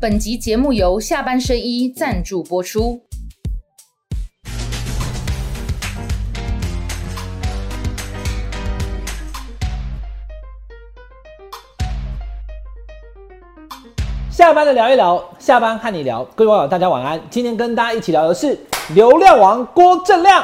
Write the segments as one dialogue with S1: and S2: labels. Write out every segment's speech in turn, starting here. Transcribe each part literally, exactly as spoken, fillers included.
S1: 本集节目由下半身衣赞助播出。
S2: 下班的聊一聊，下班和你聊，各位网友大家晚安。今天跟大家一起聊的是流量王郭正亮，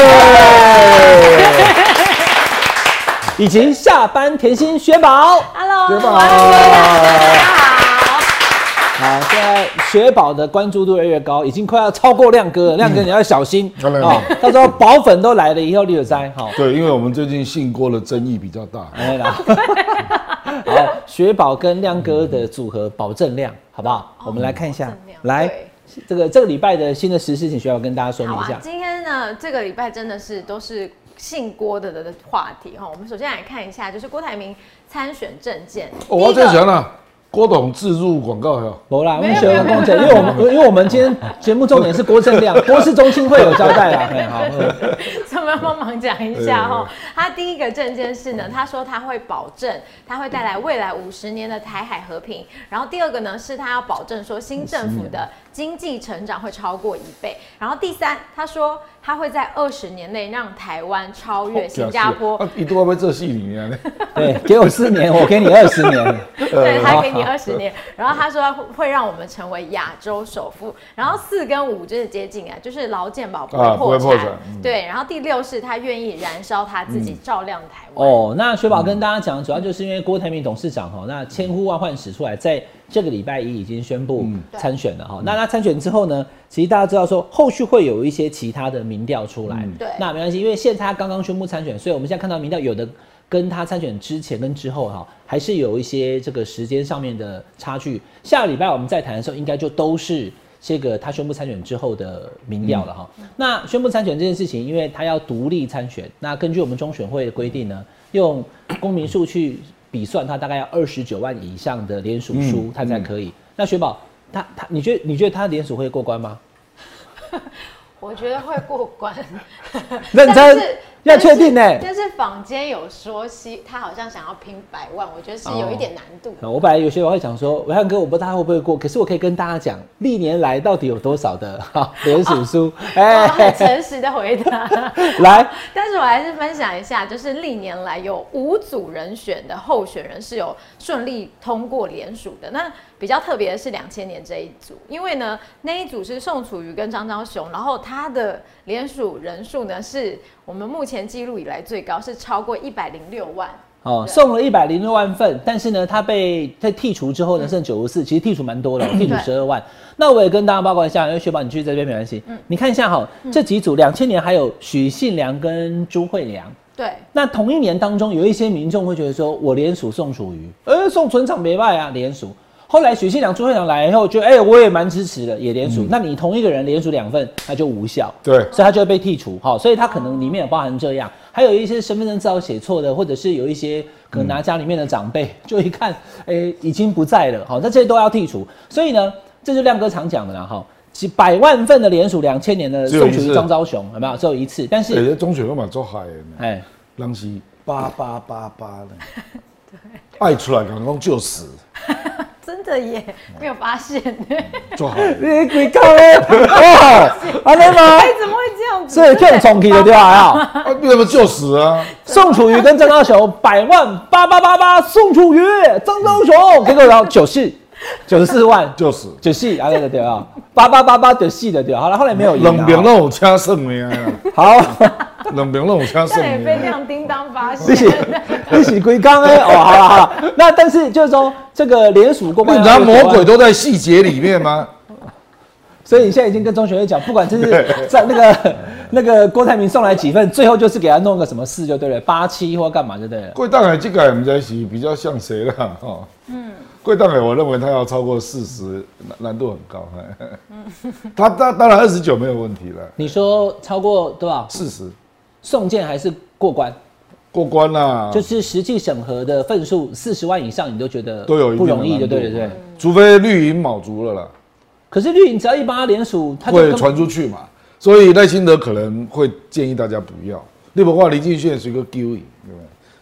S2: 以及下班甜心雪宝。
S3: Hello，
S2: 雪宝，
S3: 大家好。
S2: 好，现在雪宝的关注度越来越高，已经快要超过亮哥了。亮哥你要小心啊、嗯哦！到时候宝粉都来了以后，你有灾哈。
S4: 对，因为我们最近姓郭的争议比较大。
S2: 哎啦，好，雪宝跟亮哥的组合保证亮，好不好？哦、我们来看一下，来。这个这个礼拜的新的时事，请学长跟大家说明一下。
S3: 啊、今天呢，这个礼拜真的是都是姓郭的的话题哈。我们首先来看一下，就是郭台铭参选政见。
S4: 哦、我最喜欢了。郭董置入广告有？
S2: 没啦，我们学个工程，因为我们因为我们今天节目重点是郭正亮，郭氏中心会有交代啦。好，
S3: 所以我们要帮忙讲一下哈。他第一个政见是呢，他说他会保证，他会带来未来五十年的台海和平。然后第二个呢，是他要保证说新政府的经济成长会超过一倍。然后第三，他说他会在二十年内让台湾超越新加坡。
S4: 啊，一度会不会这戏里面呢？
S2: 对，给我四年，我给你二十年。
S3: 对，他给你二十年。然后他说会让我们成为亚洲首富。然后四跟五就是接近啊，就是劳健保不会破产。啊嗯、对，然后第六是他愿意燃烧他自己，照亮台湾。
S2: 哦，那雪宝跟大家讲，主要就是因为郭台铭董事长哈，那千呼万唤始出来，在这个礼拜一已经宣布参选了哈。嗯、那他参选之后呢，其实大家知道说，后续会有一些其他的民调出来。嗯、
S3: 对，
S2: 那没关系，因为现在他刚刚宣布参选，所以我们现在看到民调有的跟他参选之前跟之后哈，还是有一些这个时间上面的差距。下个礼拜我们再谈的时候，应该就都是这个他宣布参选之后的民调了哈。嗯、那宣布参选这件事情，因为他要独立参选，那根据我们中选会的规定呢，用公民数去比算，他大概要二十九万以上的联署数，嗯、他才可以。嗯、那雪宝，他他，你觉得你觉得他联署会过关吗？
S3: 我觉得会过关，
S2: 认真要确定呢。
S3: 但是坊间有说，西他好像想要拼百万，我觉得是有一点难度。
S2: 哦、我本来有些人会讲说，伟汉哥，我不知道他会不会过，可是我可以跟大家讲，历年来到底有多少的联署书？
S3: 哎、哦，很诚实的回答。
S2: 来，
S3: 但是我还是分享一下，就是历年来有五组人选的候选人是有顺利通过联署的。那比较特别的是两千年这一组，因为呢那一组是宋楚瑜跟张昭雄，然后他的联署人数呢是我们目前记录以来最高，是超过一百零六万。
S2: 哦，送了一百零六万份，但是呢，他被在剔除之后呢，剩九十四，其实剔除蛮多的，剔除十二万。那我也跟大家报告一下，因为雪宝你去这边没关系，嗯、你看一下哈，这几组两千年还有许信良跟朱惠良。
S3: 对，
S2: 那同一年当中，有一些民众会觉得说，我联署宋楚瑜，呃，宋存长没败啊，联署。后来许信良、朱惠良来以后，觉得哎、欸，我也蛮支持的，也联署。嗯、那你同一个人联署两份，那就无效，
S4: 对，
S2: 所以他就会被剔除。好，所以他可能里面有包含这样，还有一些身份证字号写错的，或者是有一些可能拿家里面的长辈，嗯、就一看，哎、欸，已经不在了，好，那这些都要剔除。所以呢，这就是亮哥常讲的啦，哈，几百万份的联署，两千年的宋楚瑜、张昭雄，有没有？只有一次，但是
S4: 有些中选都蛮做海的，
S2: 哎，
S4: 人是八八八八的，爱出来刚刚就死。
S3: 真的耶，没有发现。
S4: 做好，
S2: 你鬼搞嘞！哦，安尼吗？
S3: 哎，怎么会这样子？
S2: 所以骗重启的对吧？啊，
S4: 为什么就死啊？
S2: 宋楚瑜跟张昭雄百万八八八八，宋楚瑜、张昭雄，结果然后九四九十四万，
S4: 就死
S2: 九四啊，对对啊，八八八八九四的对，好了，后来没有赢。
S4: 两边都有车胜的啊。
S2: 好，
S4: 两边都有车胜。
S3: 那也被亮叮当发现。
S2: 一起归刚哎，哦，好了好了，那但是就是说这个联署过关，
S4: 你知道魔鬼都在细节里面吗？
S2: 所以你现在已经跟中学会讲，不管这是在那个那个郭台铭送来几份，最后就是给他弄个什么四就对了，八七或干嘛就对了。
S4: 贵档海这个我们在是比较像谁啦？哈，嗯，贵档海我认为他要超过四十，难度很高。嗯，他他当然二十九没有问题了。
S2: 你说超过多少？
S4: 四十，
S2: 送件还是过关？
S4: 过关啦、啊，
S2: 就是实际审核的份数四十万以上，你都觉得
S4: 都有
S2: 不容易，就对了对。
S4: 除非绿营卯足了啦。
S2: 可是绿营只要一帮他联署，他就
S4: 会传出去嘛，所以赖清德可能会建议大家不要。你不话林进炫是个丢赢，对不对？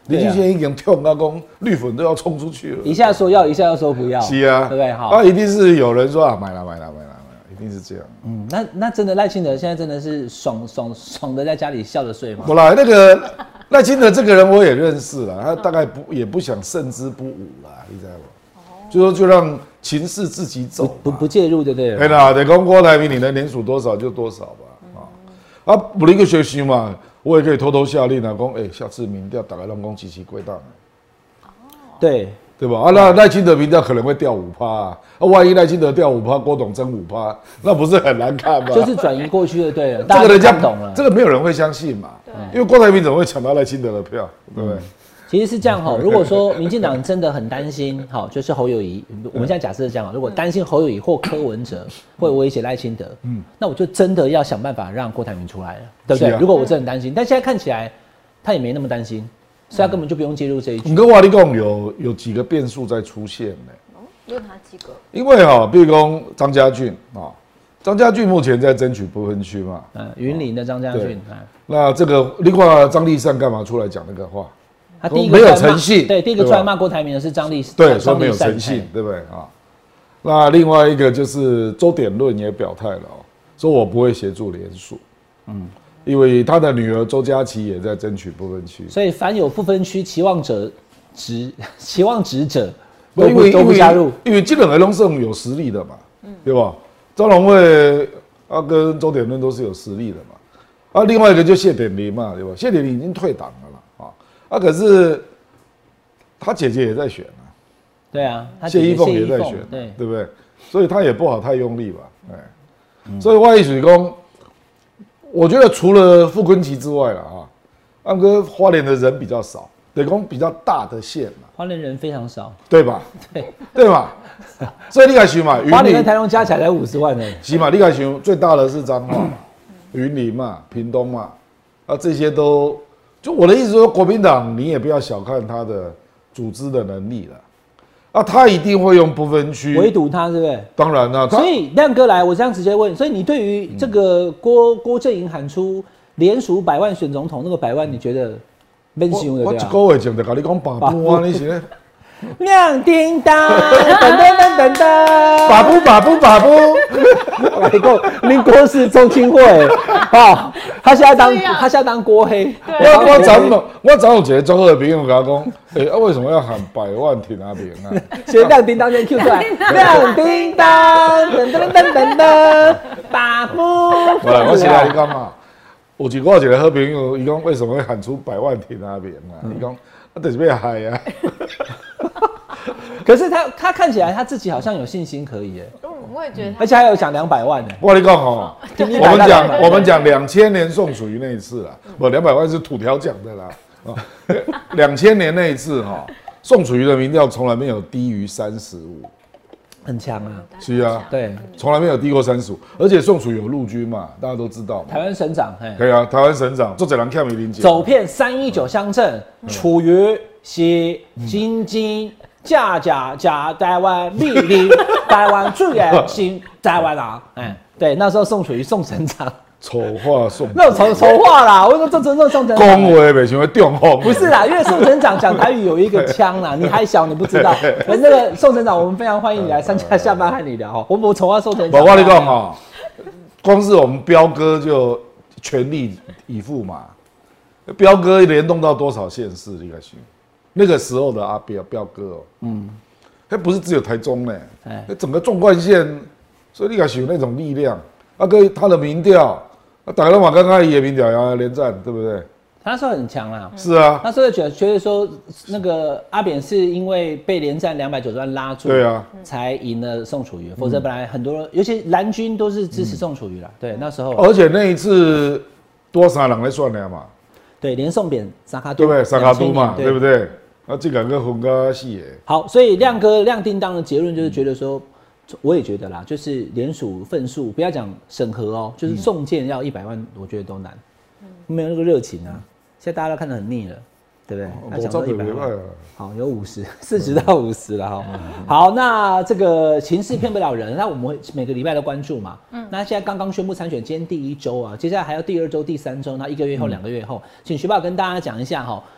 S4: 林俊宪已经跳到讲绿粉都要冲出去了，
S2: 一下说要，一下又说不要，
S4: 是啊，
S2: 对不对？好，
S4: 啊，一定是有人说啊，买了买了买了买了，一定是这样。
S2: 嗯，那那真的赖清德现在真的是爽爽爽的在家里笑着睡吗？
S4: 不啦，那个赖清德这个人我也认识了，他大概不也不想胜之不武啦，你知道不？就说就让情势自己走，
S2: 不不不介入就对了。
S4: 哎啦，得讲郭台铭你能连署多少就多少吧，啊，啊，不一个学习嘛，我也可以偷偷下令啊，讲哎，下次民调大概让公支持归档，
S2: 对
S4: 对吧？啊，那赖清德民调可能会掉五趴啊，啊，万一赖清德掉五趴，郭董增五趴，那不是很难看吗？
S2: 就是转移过去就对了，
S4: 这个人家
S2: 懂了，
S4: 这个没有人会相信嘛，因为郭台铭怎么会抢到赖清德的票，对不对？
S2: 其实是这样哈，如果说民进党真的很担心，好，就是侯友宜，我们现在假设是这样，如果担心侯友宜或柯文哲会威胁赖清德，嗯，那我就真的要想办法让郭台铭出来了，对不对？啊、如果我真的很担心，但现在看起来他也没那么担心，所以他根本就不用介入这一局。
S4: 你跟瓦力共有有几个变数在出现呢？
S3: 有哪几个？
S4: 因为哈、哦，比如说张家俊啊，张家俊目前在争取不分区嘛，
S2: 嗯，云林的张家俊，
S4: 嗯，那这个另外张立善干嘛出来讲那个话？
S2: 他第一个
S4: 没有诚信，
S2: 对，第一个出来骂郭台铭的是张立，
S4: 对，说没有诚信，对不对啊？那另外一个就是周典论也表态了哦，说我不会协助联署，嗯，因为他的女儿周佳琪也在争取不分区，
S2: 所以凡有不分区期望者值期望值者都不都不加入，
S4: 因为基本上都是有实力的嘛，嗯、对吧？张荣惠啊跟周典论都是有实力的嘛，啊，另外一个就谢典林嘛，对吧？谢典林已经退党了啦。啊，可是他姐姐也在选啊，
S2: 对啊，
S4: 谢依凤也在选，
S2: 对
S4: 对不对？所以他也不好太用力吧，哎，嗯、所以外溢水工，我觉得除了傅昆萁之外了啊，安哥花莲的人比较少，得讲比较大的县嘛，
S2: 花莲人非常少，
S4: 对吧？
S2: 对
S4: 对嘛，所以你看想嘛，
S2: 花莲跟台东加起来才五十万呢，
S4: 是嘛？你看想最大的是彰化嘛，云林嘛，屏东嘛，啊这些都。就我的意思说，国民党你也不要小看他的组织的能力了，啊，他一定会用不分区
S2: 围堵他，对不对？
S4: 当然了，
S2: 所以亮哥来，我这样直接问，所以你对于这个郭郭阵营喊出连署百万选总统那个百万，你觉得闷心的对吧？
S4: 我一个月前就跟你讲把布啊，你是
S2: 亮叮当，噔噔噔噔噔，
S4: 把布把布把布，
S2: 我跟你讲，您郭氏中青会啊，他现在当他现在当郭黑，
S4: 我我早有我早有一个中二的朋友跟我讲，哎、欸，啊为什么要喊百万挺阿扁啊？
S2: 先亮叮当先 Q 出来，亮叮当，噔噔噔噔噔，把布。
S4: 我现在你讲嘛，有一个我一个好朋友，伊讲为什么会喊出百万挺阿扁啊？伊讲、嗯。他就是要害啊！
S2: 可是他他看起来他自己好像有信心可以耶，
S3: 嗯，我也觉得，
S2: 而且还有讲两百万呢。
S4: 我跟你讲哦，我们讲我们讲两千年宋楚瑜那一次啦，不两百万是土条讲的啦。两千年那一次哈，宋楚瑜的民调从来没有低于三十五，
S2: 很强啊。
S4: 是啊，
S2: 对，
S4: 从来没有低过三十五，而且宋楚瑜有陆军嘛，大家都知道嘛。
S2: 台湾省长，
S4: 可以啊，台湾省长，做这人看没理解。
S2: 走遍三一九乡镇，楚瑜是金金假假假台湾秘令，台湾最远新台湾人。哎，对，那时候宋楚瑜宋省长。
S4: 丑话宋，
S2: 那种丑丑话啦，我说这这这宋省长。
S4: 恭维呗，请问中风。
S2: 不是啦，因为宋省长讲台语有一个腔啦，你还小你不知道。那那个宋省长，我们非常欢迎你来参加下班和你聊。我我丑话宋省长。
S4: 我跟你讲哈，光是我们彪哥就全力以赴嘛，彪哥联动到多少县市？你看行，那个时候的阿彪彪哥哦，嗯，还不是只有台中呢，哎，整个纵贯线，所以你看有那种力量。啊，跟他的民调，啊，打个嘛，刚刚也民调呀，连战，对不对？
S2: 他那时候很强啦，
S4: 是啊，
S2: 那时候觉得觉得说，那个阿扁是因为被连战两百九十万拉住，
S4: 对啊，
S2: 才赢了宋楚瑜，否则本来很多，尤其蓝军都是支持宋楚瑜啦。对，那时候，
S4: 而且那一次多少人来算的嘛？
S2: 对，连宋扁沙卡都，
S4: 对不对？沙卡都嘛，对不对？啊，这两个混个戏耶。
S2: 好，所以亮哥亮叮当的结论就是觉得说。我也觉得啦，就是联署份数，不要讲审核哦，就是送件要一百万，我觉得都难，没有那个热情啊。现在大家都看得很腻了，对不对？他讲到一百万，好有五十，四十到五十了哈。好，那这个情势骗不了人，那我们会每个礼拜都关注嘛。嗯，那现在刚刚宣布参选，今天第一周啊，接下来还要第二周、第三周，那一个月后、两个月后，请徐爸跟大家讲一下哈。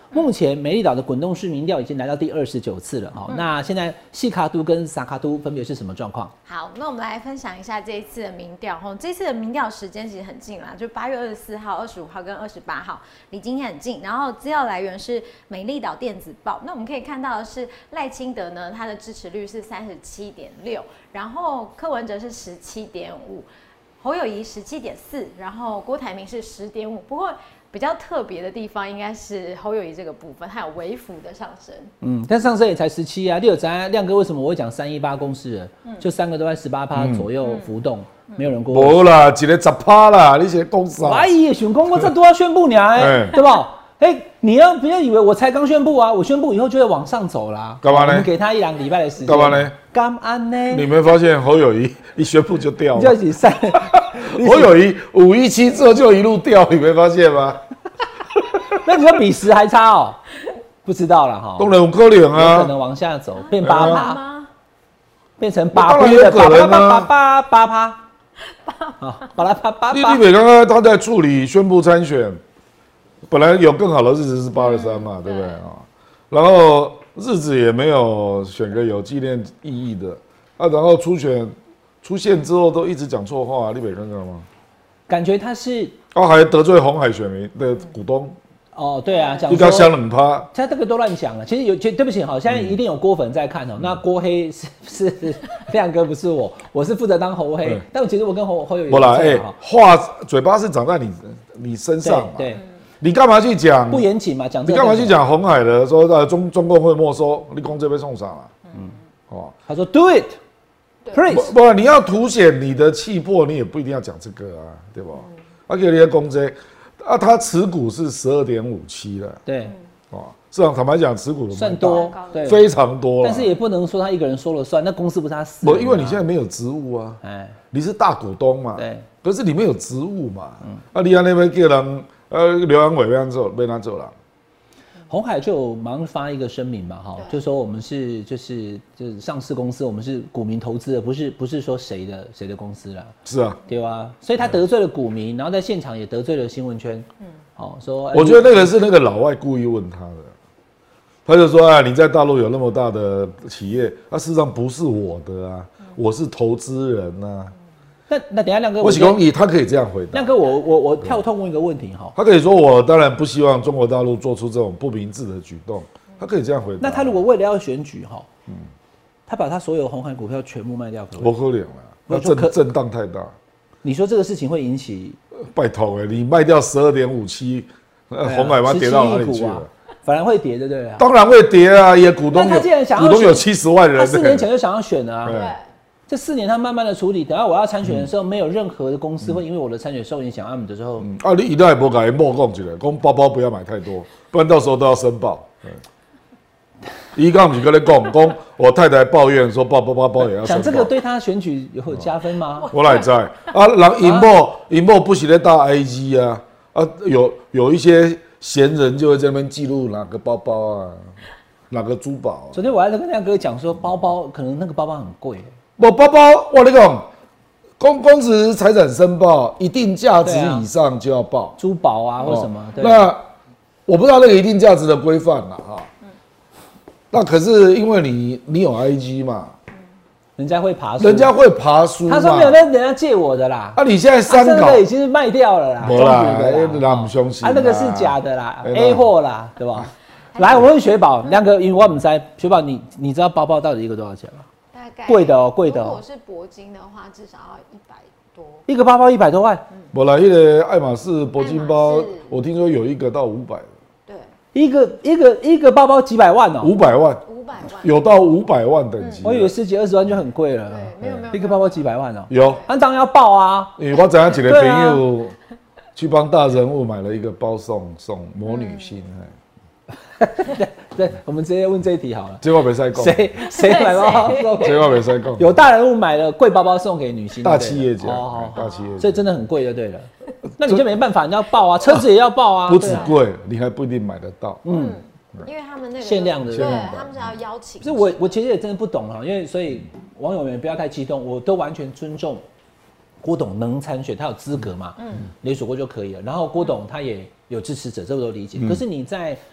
S2: 目前美丽岛的滚动式民调已经来到第二十九次了哈、嗯。那现在细卡都跟萨卡都分别是什么状况？
S3: 好，那我们来分享一下这一次的民调哈。这次的民调时间其实很近啦，就八月二十四号、二十五号跟二十八号，离今天很近。然后资料来源是美丽岛电子报。那我们可以看到的是赖清德呢，他的支持率是三十七点六，然后柯文哲是十七点五，侯友宜十七点四，然后郭台铭是十点五。不过比较特别的地方应该是侯友宜这个部分，还有微幅的上升。
S2: 嗯，但上升也才十七啊。六仔亮哥为什么我会讲三一八公式了？嗯、就三个都在十八趴左右浮动，嗯、没有人过。
S4: 无啦，一个十趴啦，你是讲啥？
S2: 哎呀，想讲我这都要宣布呢，哎，对吧？哎、欸，你要不要以为我才刚宣布啊？我宣布以后就会往上走啦。
S4: 干嘛呢？
S2: 我们给他一两个礼拜的时间。
S4: 干嘛呢？
S2: 干安呢？
S4: 你没发现侯友宜一宣布就掉了？
S2: 就一起散。
S4: 侯友宜五一七之后就一路掉，你没发现吗？
S2: 那你说比十还差哦？不知道了哈。
S4: 当然有可能啊，
S2: 有可能往下走，变八趴吗？变成八
S4: 趴的八趴
S2: 八八八趴。好，巴拉八八。
S4: 立立委刚刚他在处理宣布参选，本来有更好的日子是八十三嘛，对不对啊？然后日子也没有选个有纪念意义的啊，然后初选出现之后都一直讲错话，立委看到吗？
S2: 感觉他是。
S4: 哦，还得罪鸿海选民的股东
S2: 哦，对啊，讲
S4: 说一香冷趴，
S2: 他这个都乱讲了。其实有，对不起哈，现在一定有郭粉在看哦。嗯、那郭黑是是亮哥，不是我，我是负责当侯黑。但其实我跟侯侯友宜不啦，哎，
S4: 话嘴巴是长在你你身上嘛，
S2: 对，
S4: 你干嘛去讲
S2: 不严谨嘛？讲
S4: 你干嘛去讲鸿海的说呃中中共会没收，立功这边送上了，嗯，哦，
S2: 他说 do it， please，
S4: 不，你要凸显你的气魄，你也不一定要讲这个啊，对吧？嗯而且你的公债啊，他持股是十二点五七了，
S2: 对，
S4: 哦，市场坦白讲，持股
S2: 算多，对，
S4: 非常多，
S2: 但是也不能说他一个人说了算，那公司不是他死，
S4: 不，因为你现在没有职务啊，哎，你是大股东嘛，
S2: 对，
S4: 可是你没有职务嘛，嗯，啊，你安那边叫人，呃，刘安伟被他做，被他做了。
S2: 鸿海就有马上发一个声明嘛，哈，就说我们是就是就是上市公司，我们是股民投资的，不是不是说谁的谁的公司啦。
S4: 是啊，
S2: 对啊，所以他得罪了股民，然后在现场也得罪了新闻圈。嗯，好说，
S4: 我觉得那个是那个老外故意问他的，他就说啊，你在大陆有那么大的企业，那、啊、事实上不是我的啊，嗯、我是投资人啊。
S2: 那那等一下亮哥，
S4: 我喜欢以他可以这样回答。
S2: 亮哥，我我我跳痛问一个问题哈，
S4: 他可以说我当然不希望中国大陆做出这种不明智的举动，他可以这样回答。
S2: 那他如果为了要选举哈，嗯，他把他所有鸿海股票全部卖掉，可不可以？
S4: 不可能啊，那震震荡太大。
S2: 你说这个事情会引起？
S4: 拜托哎，你卖掉十二点五七，鸿海把它跌到哪里去了？
S2: 反而会跌，对不对？
S4: 当然会跌啊，也股东有，股东有七十万人，
S2: 他四年前就想要选了啊。对。这四年他慢慢的处理，等到我要参选的时候，嗯、没有任何的公司会因为我的参选受影响。他们的时候，
S4: 嗯、啊，你一定也不敢莫讲起来，讲包包不要买太多，不然到时候都要申报。一刚不是跟你讲，讲我太太抱怨说包包包包也要申报。
S2: 讲这个对他选举有加分吗？
S4: 我哪知啊？人银幕银幕不是在打 I G 啊啊，有有一些闲人就会在那边记录哪个包包啊，哪个珠宝、啊。
S2: 昨天我还在跟亮哥讲说，包包可能那个包包很贵。
S4: 我包包，我跟你讲，公公司财产申报一定价值以上就要报、
S2: 啊、珠宝啊或什么。
S4: 哦、那我不知道那个一定价值的规范啦哈。嗯、那可是因为你你有 I G 嘛，
S2: 人家会爬书，
S4: 人家会爬书。
S2: 他说没有，那人家借我的啦。
S4: 啊，你现在删稿、
S2: 啊、已经是卖掉了啦，
S4: 没啦，人不相信。
S2: 啊，那个是假的啦 ，A 货啦，对吧？来，我问雪宝，亮哥，因为我们在雪宝，你你知道包包到底一个多少钱吗？贵的哦，贵的哦。
S3: 如果是铂金的话，至少要一百多。
S2: 一个包包一百多万。
S4: 我来一个爱马仕铂金包，我听说有一个到五百。
S3: 对。
S2: 一个一个一个包包几百万哦。
S4: 五百万。
S3: 五百万。
S4: 有到五百万等级、嗯。
S2: 我以为十几二十万就很贵了。
S3: 对，没有没有。
S2: 一个包包几百万哦。
S4: 有。
S2: 那当然要报啊。
S4: 因为我怎样几个朋友去帮大人物买了一个包送送魔女心。嗯
S2: 对对，我们直接问这一题好了。
S4: 这话没塞讲。
S2: 谁谁买包包送？
S4: 这话没塞讲。
S2: 有大人物买了贵包包送给女性。
S4: 大企业家，
S2: 哦，
S4: 大企业家，
S2: 所以真的很贵就对了。那你就没办法，你要报啊，车子也要报啊。
S4: 不止贵，你还不一定买得到。
S3: 嗯，因为他们那个
S2: 限量的，
S3: 对，他们是要邀请。
S2: 是我我其实也真的不懂哈，因为所以网友们不要太激动，我都完全尊重郭董能参选，他有资格嘛，嗯，联署过就可以了。然后郭董他也有支持者，这我都理解。可是你在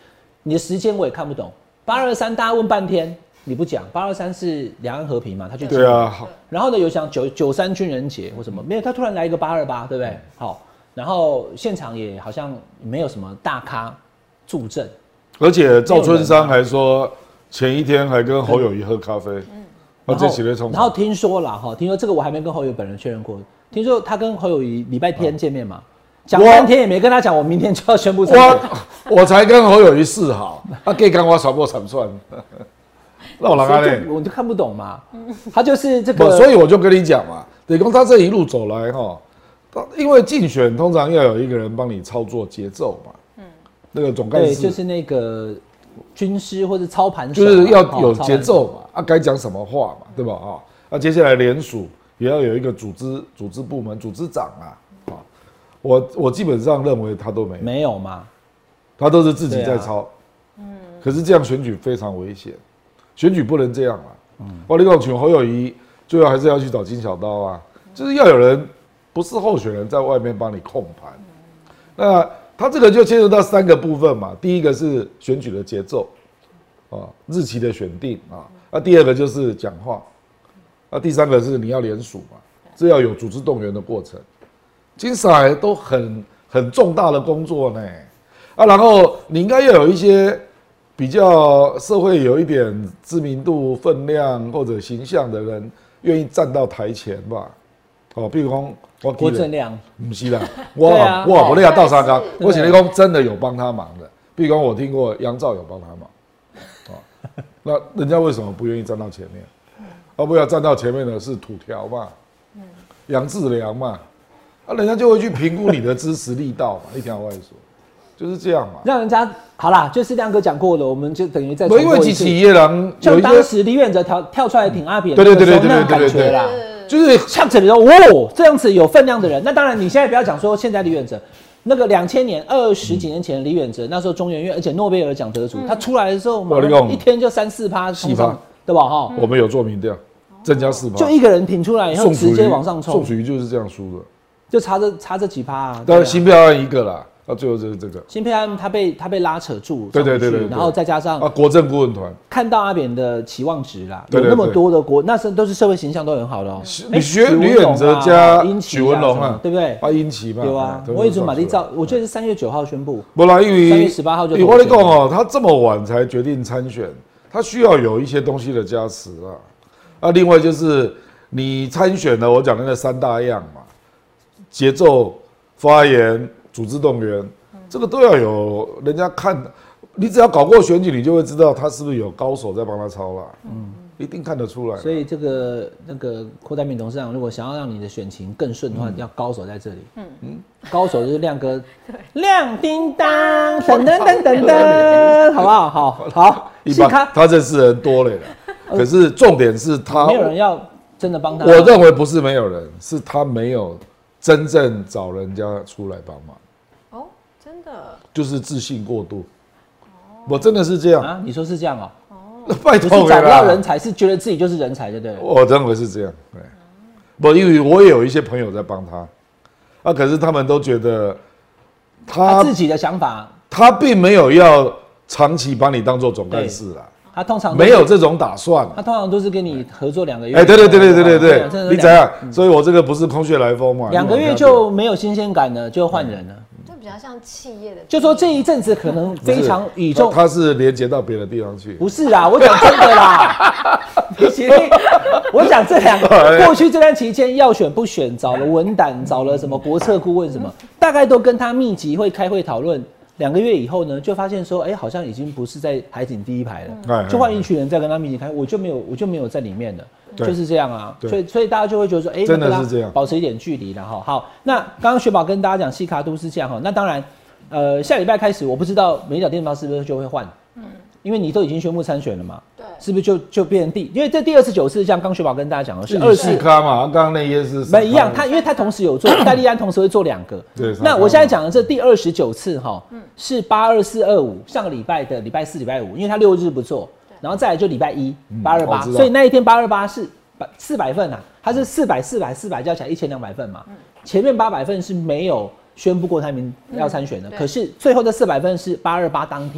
S2: 你的时间我也看不懂。八二三大家问半天，你不讲，八二三是两岸和平嘛，他去
S4: 对啊。
S2: 然后呢，有讲九九三军人节或什么，没有，他突然来一个八二八，对不对？好，然后现场也好像没有什么大咖助阵，
S4: 而且赵春山还说前一天还跟侯友宜喝咖啡，嗯，
S2: 然后然后听说啦哈，听说这个我还没跟侯友宜本人确认过，听说他跟侯友宜礼拜天见面嘛。讲半天也没跟他讲，我明天就要宣布参选。
S4: 我我才跟侯友宜示好，他给干我传播惨算，那我哪干嘞？
S2: 我就看不懂嘛，他就是这个，
S4: 所以我就跟你讲嘛，等于他这一路走来哈，因为竞选通常要有一个人帮你操作节奏嘛，嗯，那个总干事
S2: 对，就是那个军师或者操盘手，
S4: 就是要有节奏嘛，啊，该讲什么话嘛，对吧？啊，那接下来联署也要有一个组织组织部门组织长啊。我我基本上认为他都没有，
S2: 没有嘛，
S4: 他都是自己在操，嗯，可是这样选举非常危险，选举不能这样啊，嗯，我你讲选侯友宜，最后还是要去找金小刀啊，就是要有人不是候选人在外面帮你控盘，那他这个就牵涉到三个部分嘛，第一个是选举的节奏，啊，日期的选定啊，那第二个就是讲话，那第三个是你要联署嘛，这要有组织动员的过程。金赛都很很重大的工作呢，啊，然后你应该要有一些比较社会有一点知名度、分量或者形象的人，愿意站到台前吧？哦，比如讲我
S2: 郭正亮，
S4: 不是啦，我啊我我那个倒沙冈，我写的讲真的有帮他忙的，比如讲我听过杨照有帮他忙，哦，那人家为什么不愿意站到前面？而不要站到前面的是土条嘛，杨志良嘛。啊，人家就会去评估你的支持力道嘛，一条外说，就是这样嘛。
S2: 让人家好啦，就是亮哥讲过了，我们就等于再重复一次。
S4: 因为企业人，
S2: 就当时李远哲跳跳出来挺阿扁，
S4: 对对对对对
S2: 对对对啦，
S4: 就是
S2: 呛起来说，哦，这样子有分量的人。那当然，你现在不要讲说现在李远哲，那个两千年二十几年前的李远哲，那时候中研院而且诺贝尔奖得主，他出来的时候嘛，一天就三四趴，
S4: 四趴，
S2: 对吧？哈，
S4: 我们有做民调，增加四趴，
S2: 就一个人挺出来以后直接往上冲。
S4: 宋楚瑜就是这样输的。
S2: 就差这差这几趴、啊，
S4: 但是新票案一个啦，到最后就是这个
S2: 新票案，他被他被拉扯住，
S4: 对对对 对, 對，
S2: 然后再加上
S4: 啊国政顾问团
S2: 看到阿扁的期望值啦，
S4: 对对对
S2: 有那么多的国，那是都是社会形象都很好的哦、喔。
S4: 你学吕远哲加许文龙啊，
S2: 对不对？
S4: 啊，殷琦嘛，
S2: 有啊，我一直马立照，我觉得是三月九号宣布，
S4: 不啦，因为
S2: 三月十八号就。
S4: 我跟你讲哦，他这么晚才决定参选，他需要有一些东西的加持啊。啊，另外就是你参选了，我讲的那三大样嘛。节奏、发言、组织动员，这个都要有人家看。你只要搞过选举，你就会知道他是不是有高手在帮他操啦。嗯，一定看得出来。
S2: 所以这个那个郭台铭董事长，如果想要让你的选情更顺的话，嗯、要高手在这里。嗯嗯，高手就是亮哥，亮叮当，噔噔噔噔噔，好不好？好好。
S4: 一般他认识人多了啦，可是重点是他
S2: 没有人要真的帮他。
S4: 我认为不是没有人，是他没有。真正找人家出来帮忙，
S3: 哦，真的，
S4: 就是自信过度。我真的是这样
S2: 啊？你说是这样哦？
S4: 哦，拜托，
S2: 不是找不到人才，是觉得自己就是人才，对不对？
S4: 我认为是这样，对。不，因为我也有一些朋友在帮他，啊，可是他们都觉得他
S2: 自己的想法，
S4: 他并没有要长期把你当做总干事啦。
S2: 他通常
S4: 没有这种打算，
S2: 他通常都是跟你合作两个月。
S4: 哎，对对对对对对对，你怎样？所以我这个不是空穴来风嘛。
S2: 两个月就没有新鲜感了，就换人了。
S3: 就比较像企业的，
S2: 就说这一阵子可能非常倚重，
S4: 他是连接到别的地方去。
S2: 不是啦，我讲真的啦，我讲这两个过去这段期间要选不选，找了文胆，找了什么国策顾问什么，大概都跟他密集会开会讨论。两个月以后呢，就发现说，哎、欸，好像已经不是在海景第一排了，嗯、就换一群人在跟他密集开，我就没有，我就没有在里面了，就是这样啊。所以，所以大家就会觉得说，哎、欸，
S4: 真的是这样，
S2: 保持一点距离了哈。好，那刚刚雪宝跟大家讲西卡都是这样哈，那当然，呃，下礼拜开始，我不知道美角电报是不是就会换，嗯，因为你都已经宣布参选了嘛，对，是不是就就变成第？因为这第二十九次，像刚雪宝跟大家讲的是二四
S4: 咖嘛，刚刚那些是
S2: 没一样，他因为他同时有做戴利安，同时会做两个。对，那我现在讲的这第二十九次哈，是八二四二五，上个礼拜的礼拜四、礼拜五，因为他六日不做，然后再来就礼拜一八二八，所以那一天八二八是四百份啊，它是四百、四百、四百加起来一千两百份嘛，前面八百份是没有宣布过他们要参选的，可是最后的四百份是八二八当天。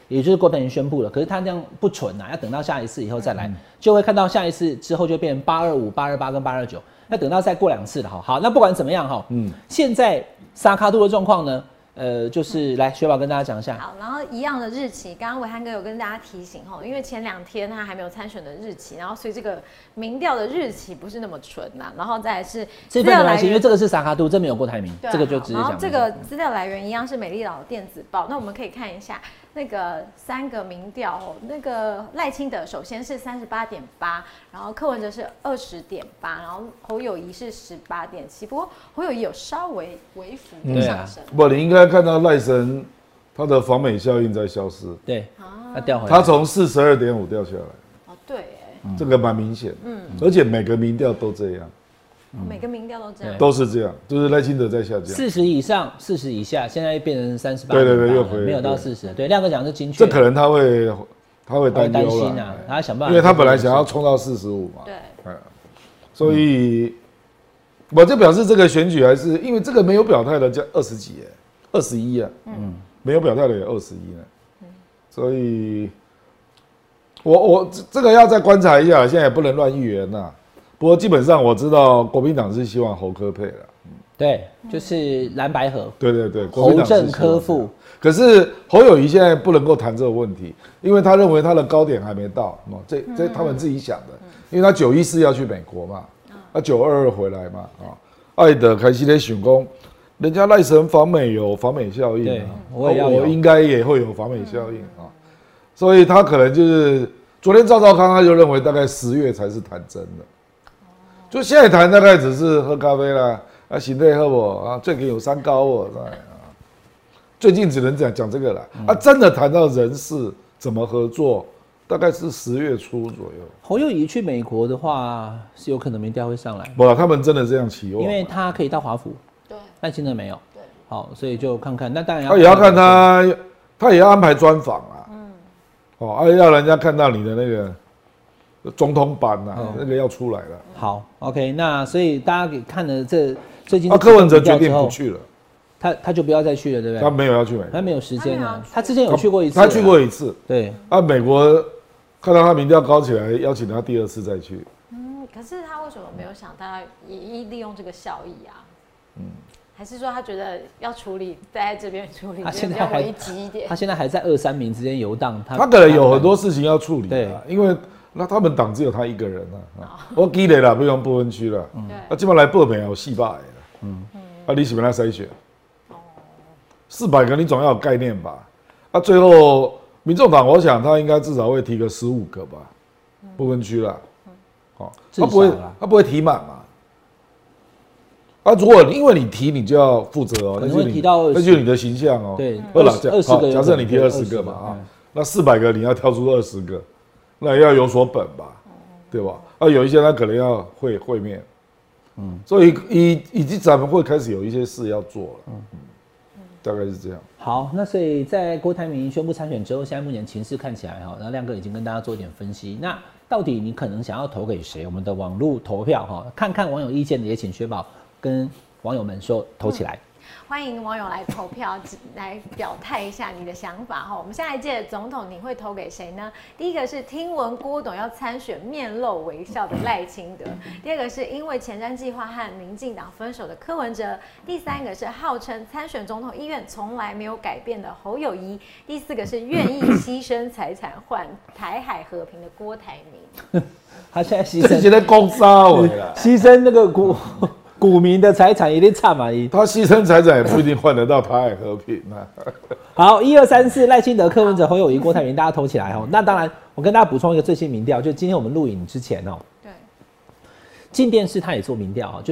S2: 也就是郭台铭宣布了，可是他这样不纯啊，要等到下一次以后再来，就会看到下一次之后就变成八二五、八二八跟八二九，那等到再过两次了哈。好，那不管怎么样哈，嗯，现在沙卡度的状况呢？呃，就是来雪宝跟大家讲一下。
S3: 好，然后一样的日期，刚刚伟汉哥有跟大家提醒哈，因为前两天他还没有参选的日期，然后所以这个民调的日期不是那么纯呐，然后再来是
S2: 这份来因为这个是萨卡都，这没有郭台铭，这个就直接讲。
S3: 然后这个资料来源一样是美丽岛电子报，那我们可以看一下那个三个民调哦，那个赖清德首先是三十八点八，然后柯文哲是二十点八，然后侯友宜是十八点七，不过侯友宜有稍微微幅的上升。
S4: 嗯啊、不，你应该看到赖神他的访美效应在消失，
S2: 对，他掉回来，
S4: 他从四十二点五掉下来。
S3: 哦，对，
S4: 嗯、这个蛮明显，嗯，而且每个民调都这样。
S3: 嗯、每个民调都这样，
S4: 都是这样，就是赖清德在下降，
S2: 四十以上、四十以下，现在变成三十八，
S4: 对对对，又回
S2: 没有到四十。对，亮哥讲是精确，
S4: 这可能他会他会担忧
S2: 心啊，他想办法，
S4: 因为他本来想要冲到四十五嘛，
S3: 对，
S4: 嗯，所以我就表示这个选举还是因为这个没有表态的叫二十几哎，二十一啊，嗯，没有表态的也二十一呢，嗯，所以我我这个要再观察一下，现在也不能乱预言呐。不过基本上我知道国民党是希望侯科配了，
S2: 对，就是蓝白合，
S4: 对对对，
S2: 侯正科副。
S4: 可是侯友宜现在不能够谈这个问题，因为他认为他的高点还没到，这这他们自己想的，因为他九一四要去美国嘛，他九二二回来嘛，啊，艾德开始在想讲，人家赖神访美有访美效应啊，
S2: 我也要
S4: 我应该也会有访美效应啊，所以他可能就是昨天赵少康他就认为大概十月才是谈真的。就现在谈大概只是喝咖啡啦，啊，心内喝不啊，最近有三高哦，啊，最近只能讲讲这个啦，啊，真的谈到人事怎么合作，大概是十月初左右。
S2: 侯友宜去美国的话，是有可能民调会上来。
S4: 不，他们真的这样期望，
S2: 因为他可以到华府，对，但现在没有，对，好，所以就看看，那当然要
S4: 他也要看他，他也要安排专访啊，嗯，哦，啊，要人家看到你的那个。总统版呐、啊，嗯、那个要出来了。
S2: 好 ，OK， 那所以大家给看了这最近，
S4: 啊，柯文哲决定不去了，
S2: 他他就不要再去了，对不对？
S4: 他没有要去美国，
S2: 他没有时间了。他之前有去过一次，
S4: 他去过一次。
S2: 对，
S4: 啊，美国看到他民调高起来，邀请他第二次再去。
S3: 嗯，可是他为什么没有想到也利用这个效益啊？嗯。还是说他觉得要处理，在这边处理，
S2: 他现在
S3: 危急一点。
S2: 他现在还在二三名之间游荡，
S4: 他他可能有很多事情要处理对，因为那他们党只有他一个人啊。我积累了，不用不分区了。嗯，啊，基本来报名有四百个了。嗯啊，你是不是来筛选？哦，四百个你总要有概念吧？啊，最后民众党，我想他应该至少会提个十五个吧，不分区了。哦，他不会，他不会提满嘛。啊，如果因为你提，你就要负责哦，那就你那就是你的形象哦。
S2: 对，
S4: 二二十个，假设你提二十个嘛啊，那四百个你要挑出二十个，那也要有所本吧，对吧？啊，有一些他可能要会会面，嗯，所以以以及咱们会开始有一些事要做了，嗯嗯，大概是这样。
S2: 好，那所以在郭台铭宣布参选之后，现在目前情势看起来哈，那亮哥已经跟大家做一点分析。那到底你可能想要投给谁？我们的网络投票哈，看看网友意见的，也请雪宝跟网友们说投起来、嗯，
S3: 欢迎网友来投票，来表态一下你的想法哈。我们下一届总统你会投给谁呢？第一个是听闻郭董要参选，面露微笑的赖清德；第二个是因为前瞻计划和民进党分手的柯文哲；第三个是号称参选总统意愿从来没有改变的侯友宜；第四个是愿意牺牲财产换台海和平的郭台铭。
S2: 他现在牺牲，
S4: 现在攻杀我了，
S2: 牺牲那个股股民的财产有点差嘛，
S4: 他牺牲财产也不一定换得到台海和平啊。
S2: 好，一二三四，赖清德、柯文哲、侯友宜、郭台铭，大家投起来哦。那当然，我跟大家补充一个最新民调，就今天我们录影之前哦，对，镜电视他也做民调啊，就是、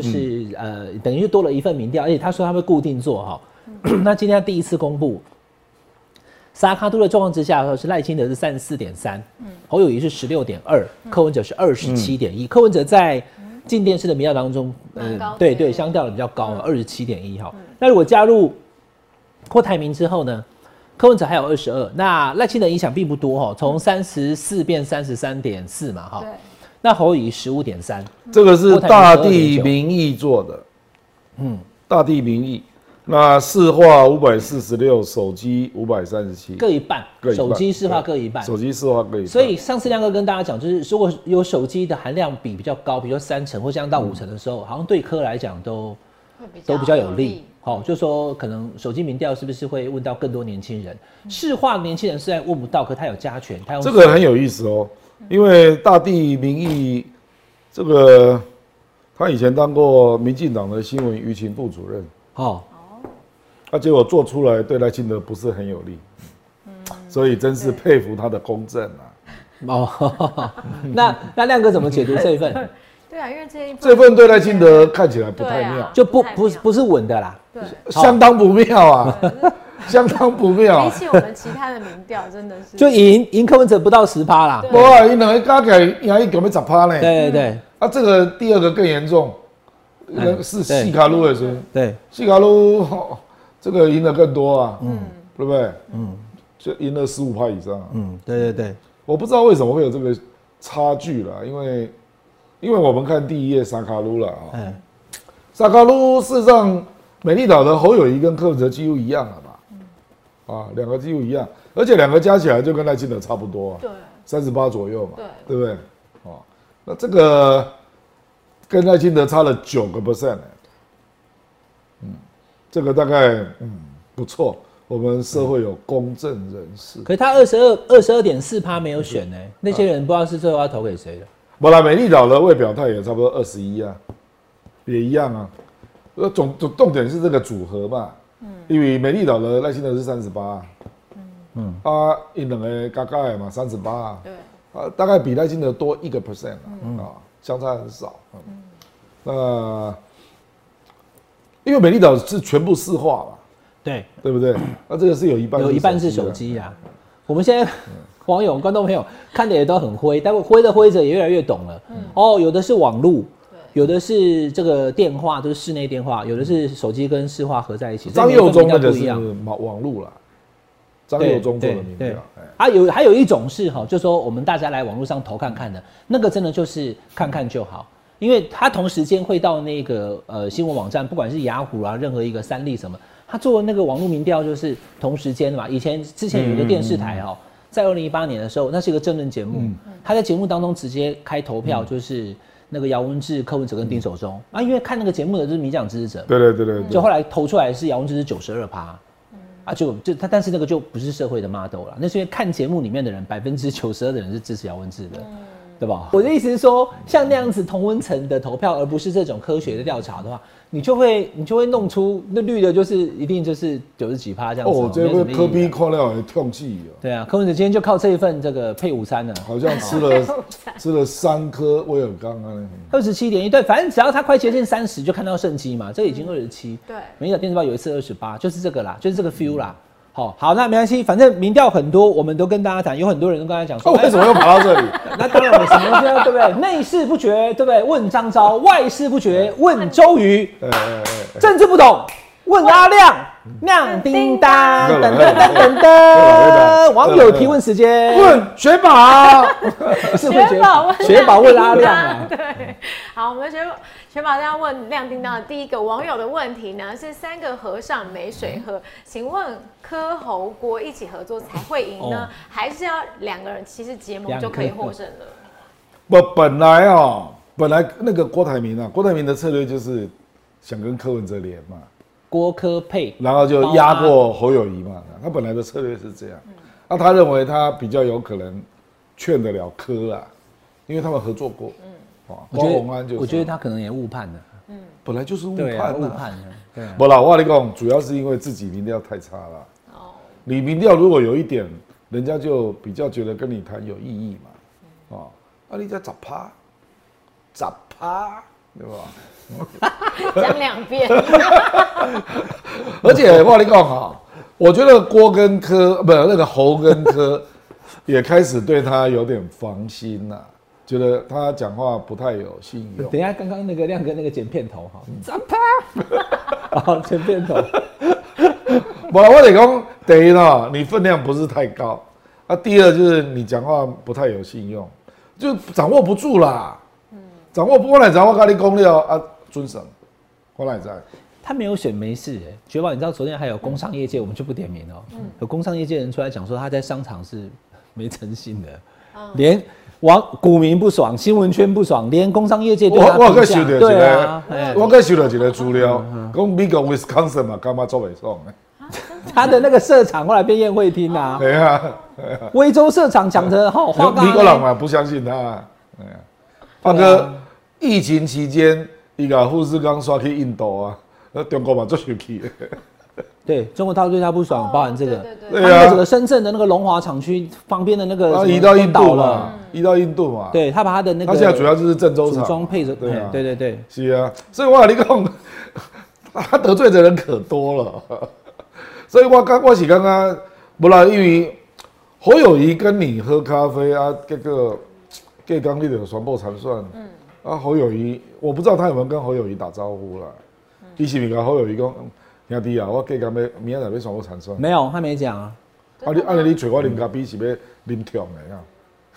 S2: 嗯、呃，等于就多了一份民调，而且他说他会固定做哈。嗯、那今天他第一次公布，沙卡都的状况之下，是赖清德是三十四点三，侯友宜是十六点二，柯文哲是二十七点一，柯文哲在进电视的民调当中，
S3: 呃，
S2: 对对，相较的比较高，二十七点一哈。那如果加入郭台铭之后呢，柯文哲还有二十二，那赖清德影响并不多哈，从三十四变三十三点四嘛哈。那侯友宜十五点三，
S4: 这个是大地民意做的，嗯，大地民意， 那市话五百四十六，手机五百三十七，
S2: 各一半，
S4: 各一半
S2: 手机市话各一半，
S4: 手机市话各一半。
S2: 所以上次亮哥跟大家讲，就是如果有手机的含量比比较高，比如说三成或降到五成的时候，好像对科来讲都都比较有利。好、哦，就说可能手机民调是不是会问到更多年轻人？市话年轻人虽然问不到，可他有加权，他用
S4: 这个很有意思哦，因为大地民意这个他以前当过民进党的新闻舆情部主任，
S2: 哦，
S4: 他结果做出来对赖清德不是很有利，所以真是佩服他的公正啊。
S2: 哦，那那亮哥怎么解读这一份？
S3: 对啊，因为这一份
S4: 这份对赖清德看起来不太妙，
S3: 啊、
S2: 就不不不是稳的啦，
S3: 对，
S4: 相当不妙啊，相当不妙、啊。
S3: 比起我们其他的民调，真的是
S2: 就赢赢柯文哲不到十趴啦。
S4: 不啊，赢两个加起来赢一九没十趴呢。
S2: 对对对。
S4: 啊，这个第二个更严重，嗯、是细卡路的时候，
S2: 对，
S4: 细卡路、哦、这个赢得更多啊，嗯，对不对？嗯，就赢了十五趴以上、啊。
S2: 嗯，对对对。
S4: 我不知道为什么会有这个差距啦，因为。因为我们看第一页沙卡路了啊，嗯，沙卡路事实上美丽岛的侯友宜跟柯文哲几乎一样了嘛，嗯、啊，两个几乎一样，而且两个加起来就跟赖清德差不多、啊，
S3: 对，
S4: 三十八左右嘛，
S3: 对，
S4: 对不对？哦，那这个跟赖清德差了九个 percent， 嗯，这个大概嗯不错，我们社会有公正人士，
S2: 可是他二十二二十二点四趴没有选呢、欸，那些人不知道是最后要投给谁的。
S4: 不啦，美丽岛的未表态也差不多二十一啊，也一样啊。呃，总总重点是这个组合嘛，嗯，因为美丽岛的赖清德是三十八，嗯啊，一两个加加的嘛三十八啊，对，啊，大概比赖清德多一个 percent 啊，嗯、啊，相差很少。嗯，那因为美丽岛是全部市话嘛，对对不对？那这个是有一半
S2: 有一半是手机啊，我们现在。网友、观众朋友看的也都很灰，但灰着灰着也越来越懂了。嗯、哦，有的是网路，有的是这个电话，都是室内电话；有的是手机跟市话合在一起。
S4: 张佑忠那个是网路啦，张佑忠做的民调。
S2: 啊，有还有一种是哈，就说我们大家来网络上投看看的，那个真的就是看看就好，因为他同时间会到那个呃新闻网站，不管是雅虎啊，任何一个三立什么，他做那个网络民调就是同时间嘛。以前之前有一个电视台哈。嗯嗯在二零一八年的时候，那是一个政论节目，嗯、他在节目当中直接开投票，嗯、就是那个姚文智、柯文哲跟丁守中、嗯、啊，因为看那个节目的就是民进党支持者，
S4: 对对对对，
S2: 就后来投出来是姚文智是九十二趴，啊就就他，但是那个就不是社会的 model 了，那是因为看节目里面的人百分之九十二的人是支持姚文智的，嗯、对吧？我的意思是说，像那样子同温层的投票，而不是这种科学的调查的话。你就会你就会弄出那绿的，就是一定就是九十几趴这样子。
S4: 哦，这个科比看了很痛气哦。
S2: 对啊，柯文哲今天就靠这一份这个配午餐呢，
S4: 好像吃了吃了三颗威尔刚啊。
S2: 二十七点一，对，反正只要他快接近三十，就看到胜机嘛。这已经二十七，对。美丽岛电视报有一次二十八，就是这个啦，就是这个 feel 啦。好，好，那没关系，反正民调很多，我们都跟大家讲，有很多人都跟他讲说，
S4: 为什么又跑到这里？
S2: 那当然，我什么东西对不对？内事不决，对不对？问张昭，外事不决，问周瑜，政治不懂，问阿亮，亮叮当，等等等等等，网友提问时间，
S4: 问雪宝，
S2: 是问雪宝，雪宝问阿亮啊。
S3: 对，好，我们雪宝。雪宝要问亮叮当的第一个网友的问题呢，是三个和尚没水喝，请问柯侯郭一起合作才会赢呢，哦、还是要两个人其实结盟就可以获胜了？
S4: 不，本来哦，本来那个郭台铭啊，郭台铭的策略就是想跟柯文哲连嘛，
S2: 郭柯配，
S4: 然后就压过侯友宜嘛，他本来的策略是这样。那、嗯啊、他认为他比较有可能劝得了柯啊，因为他们合作过。嗯
S2: 我觉得，我觉得他可能也误判了。嗯，
S4: 本来就是误判，
S2: 误判了。对，
S4: 不啦，我跟你讲，主要是因为自己民调太差了。哦，你民调如果有一点，人家就比较觉得跟你谈有意义嘛。哦，啊，你在十趴，十趴，对
S3: 吧？讲两遍。
S4: 而且我跟你讲哈，我觉得郭跟柯不那个侯跟柯也开始对他有点防心了。觉得他讲话不太有信用。
S2: 等一下，刚刚那个亮哥那个剪片头哈，zappa，好剪片头。
S4: 不，我得讲，第一呢，你分量不是太高，啊，第二就是你讲话不太有信用，就掌握不住啦。嗯，掌握不过来，掌握跟你讲了啊，准绳，我来在。
S2: 他没有选没事哎、欸，雪宝，你知道昨天还有工商业界，我们就不点名哦、喔，嗯、有工商业界人出来讲说他在商场是没诚信的，嗯、连网股民不爽，新闻圈不爽，连工商业界对他
S4: 我我收到一个，
S2: 啊、
S4: 我刚收到一个资料，讲美国 Wisconsin 嘛，干嘛做袂爽呢？
S2: 他的那个社场后来变宴会厅啊，
S4: 对啊，
S2: 威州社场讲的好话，
S4: 美国人嘛不相信他，对啊，那个疫情期间，伊把富士康刷去印度啊。那中国嘛做生气，
S2: 对中国他对他不爽，包含这个，
S3: 对
S2: 他那个整个深圳的那个龙华厂区旁边的那个，
S4: 他移到印度嘛，移到印度嘛，
S2: 对他把他的那个，
S4: 他现在主要就是郑州厂
S2: 组装配着，对对对对，
S4: 是啊，所以我跟你讲，他得罪的人可多了，所以我刚我是刚刚不啦，因为侯友宜跟你喝咖啡啊，这个这刚你的传播传算，嗯，啊侯友宜，我不知道他有没有跟侯友宜打招呼啦。伊是咪甲侯友宜讲，兄弟啊，我计讲要明仔载要全部产算。
S2: 没有，他没讲啊。
S4: 啊你啊你找我啉咖啡是要啉甜的啊？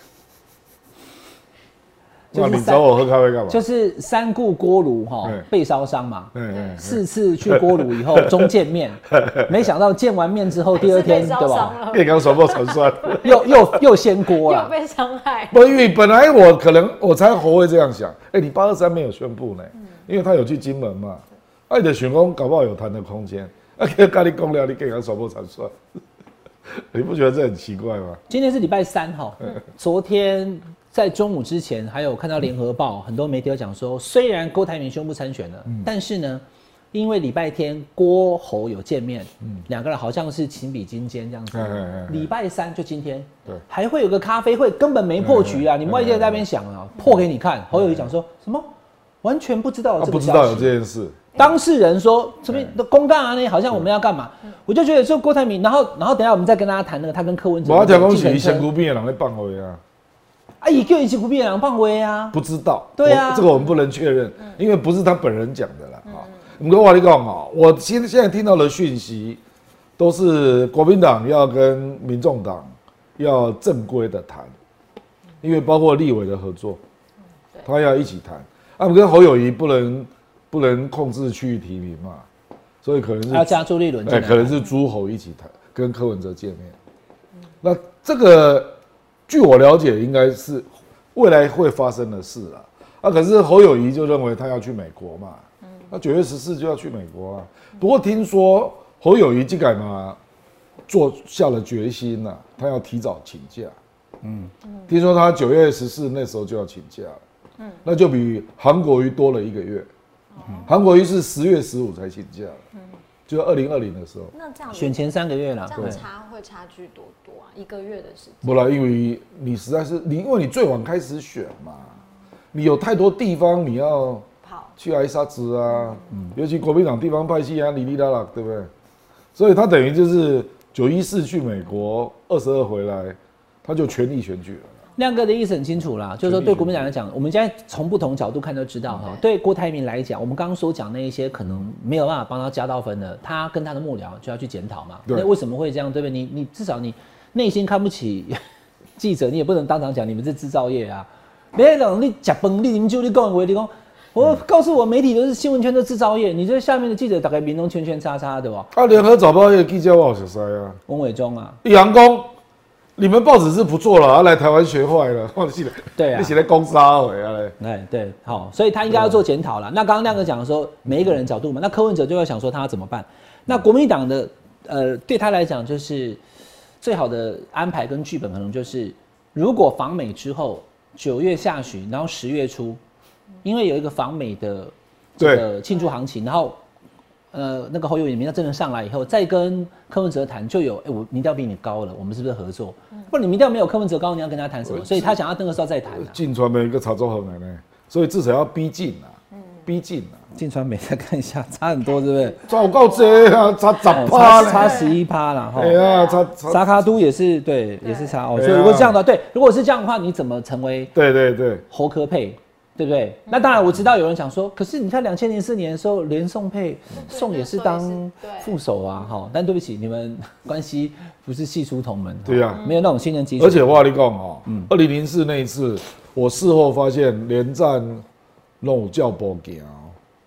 S4: 那你找我喝咖啡干嘛？
S2: 就是三顾锅炉哈，被烧伤嘛。
S4: 嗯
S2: 四次去锅炉以后终见面，没想到见完面之后第二天对吧？
S4: 计讲全部产算，
S2: 又又又掀锅了，
S3: 又被伤害。
S4: 不，因为本来我可能我猜侯会这样想，哎，你八二三没有宣布呢，因为他有去金门嘛。啊，你的想讲搞不好有谈的空间，啊，跟你讲了，你竟然全部产算，你不觉得这很奇怪吗？
S2: 今天是礼拜三哈，昨天在中午之前，还有看到联合报很多媒体有讲说，虽然郭台铭宣布参选了，嗯、但是呢，因为礼拜天郭侯有见面，两、嗯、个人好像是情比金坚这样子。礼拜三就今天，对，还会有个咖啡会，根本没破局啊！你们外界在那边想啊，破给你看。侯友宜讲说什么？完全不知道有这个消息，
S4: 不知道有这件事。
S2: 当事人说这边的公干啊，那好像我们要干嘛？我就觉得说郭台铭，然后然后等一下我们再跟大家谈那个他跟柯文哲。
S4: 我条讲是身躯边的人在放话啊。
S2: 啊，伊叫伊身躯边的人放话啊。
S4: 不知道。
S2: 对啊，
S4: 这个我们不能确认，因为不是他本人讲的啦。啊，不过我跟你讲啊，我现现在听到的讯息都是国民党要跟民众党要正规的谈，因为包括立委的合作，他要一起谈。啊，跟侯友宜不能不能控制区域提名嘛，所以可能是
S2: 要加朱立伦，
S4: 哎，可能是朱侯一起谈，跟柯文哲见面。嗯、那这个据我了解，应该是未来会发生的事啦。啊，可是侯友宜就认为他要去美国嘛，嗯、那九月十四就要去美国啊。不过听说侯友宜这改嘛，做下了决心呐、啊，他要提早请假。嗯，听说他九月十四那时候就要请假了。嗯，那就比韩国瑜多了一个月。韩、嗯、国瑜是十月十五才请假，嗯，就二零二零的时候。
S3: 那这样
S2: 选前三个月啦，
S3: 这样差会差距多多啊？一个月的时间。
S4: 不啦，因为你实在是你，因为你最晚开始选嘛，你有太多地方你要跑去挨沙子啊，嗯，尤其国民党地方派系啊，哩哩啦啦，对不对？所以他等于就是九一四去美国，二十二回来，他就全力选举了。
S2: 亮哥的意思很清楚啦，就是说对国民党来讲，我们现在从不同角度看都知道哈。对郭台铭来讲，我们刚刚所讲那一些可能没有办法帮他加到分的，他跟他的幕僚就要去检讨嘛。那为什么会这样？对不对？你你至少你内心看不起记者，你也不能当场讲你们是制造业啊。别人你假崩，你们就你讲话，你讲我告诉我媒体都是新闻圈的制造业，你这下面的记者大概民众圈圈叉叉对吧？
S4: 啊，联合早报业记者我有熟悉啊，
S2: 翁伟忠啊，
S4: 杨公。你们报纸是不错了，啊，来台湾学坏了，忘记了。
S2: 对啊，
S4: 你写在攻杀回来。
S2: 哎，对，好，所以他应该要做检讨了。那刚刚亮哥讲说，每一个人角度嘛，那柯文哲就要想说他要怎么办。那国民党的呃，对他来讲就是最好的安排跟剧本，可能就是如果访美之后九月下旬，然后十月初，因为有一个访美的这个庆祝行情，然后。呃，那个侯友宜民调真的上来以后，再跟柯文哲谈，就有哎、欸，我民调比你高了，我们是不是合作？嗯、不然你民调没有柯文哲高，你要跟他谈什么？所以他想要那个时候再谈、啊。晋
S4: 传媒一个潮州河奶奶，所以至少要逼近啊，嗯、逼近啊。
S2: 晋传媒再看一下，差很多，是不是？
S4: 差够这啊，差十趴
S2: 差十一趴了哈。
S4: 哎呀，差差。
S2: 沙卡都也是对，也是差哦。所以如果这样的，对，如果是这样的话，你怎么成为？
S4: 对对对，
S2: 侯柯配。对不对？那当然，我知道有人想说，可是你看两千零四年的时候，连宋配宋也是当副手啊，哈。但对不起，你们关系不是系出同门，
S4: 对啊，
S2: 没有那种信任基础。
S4: 而且我跟你讲哦，二零零四那一次，我事后发现连战弄叫波行，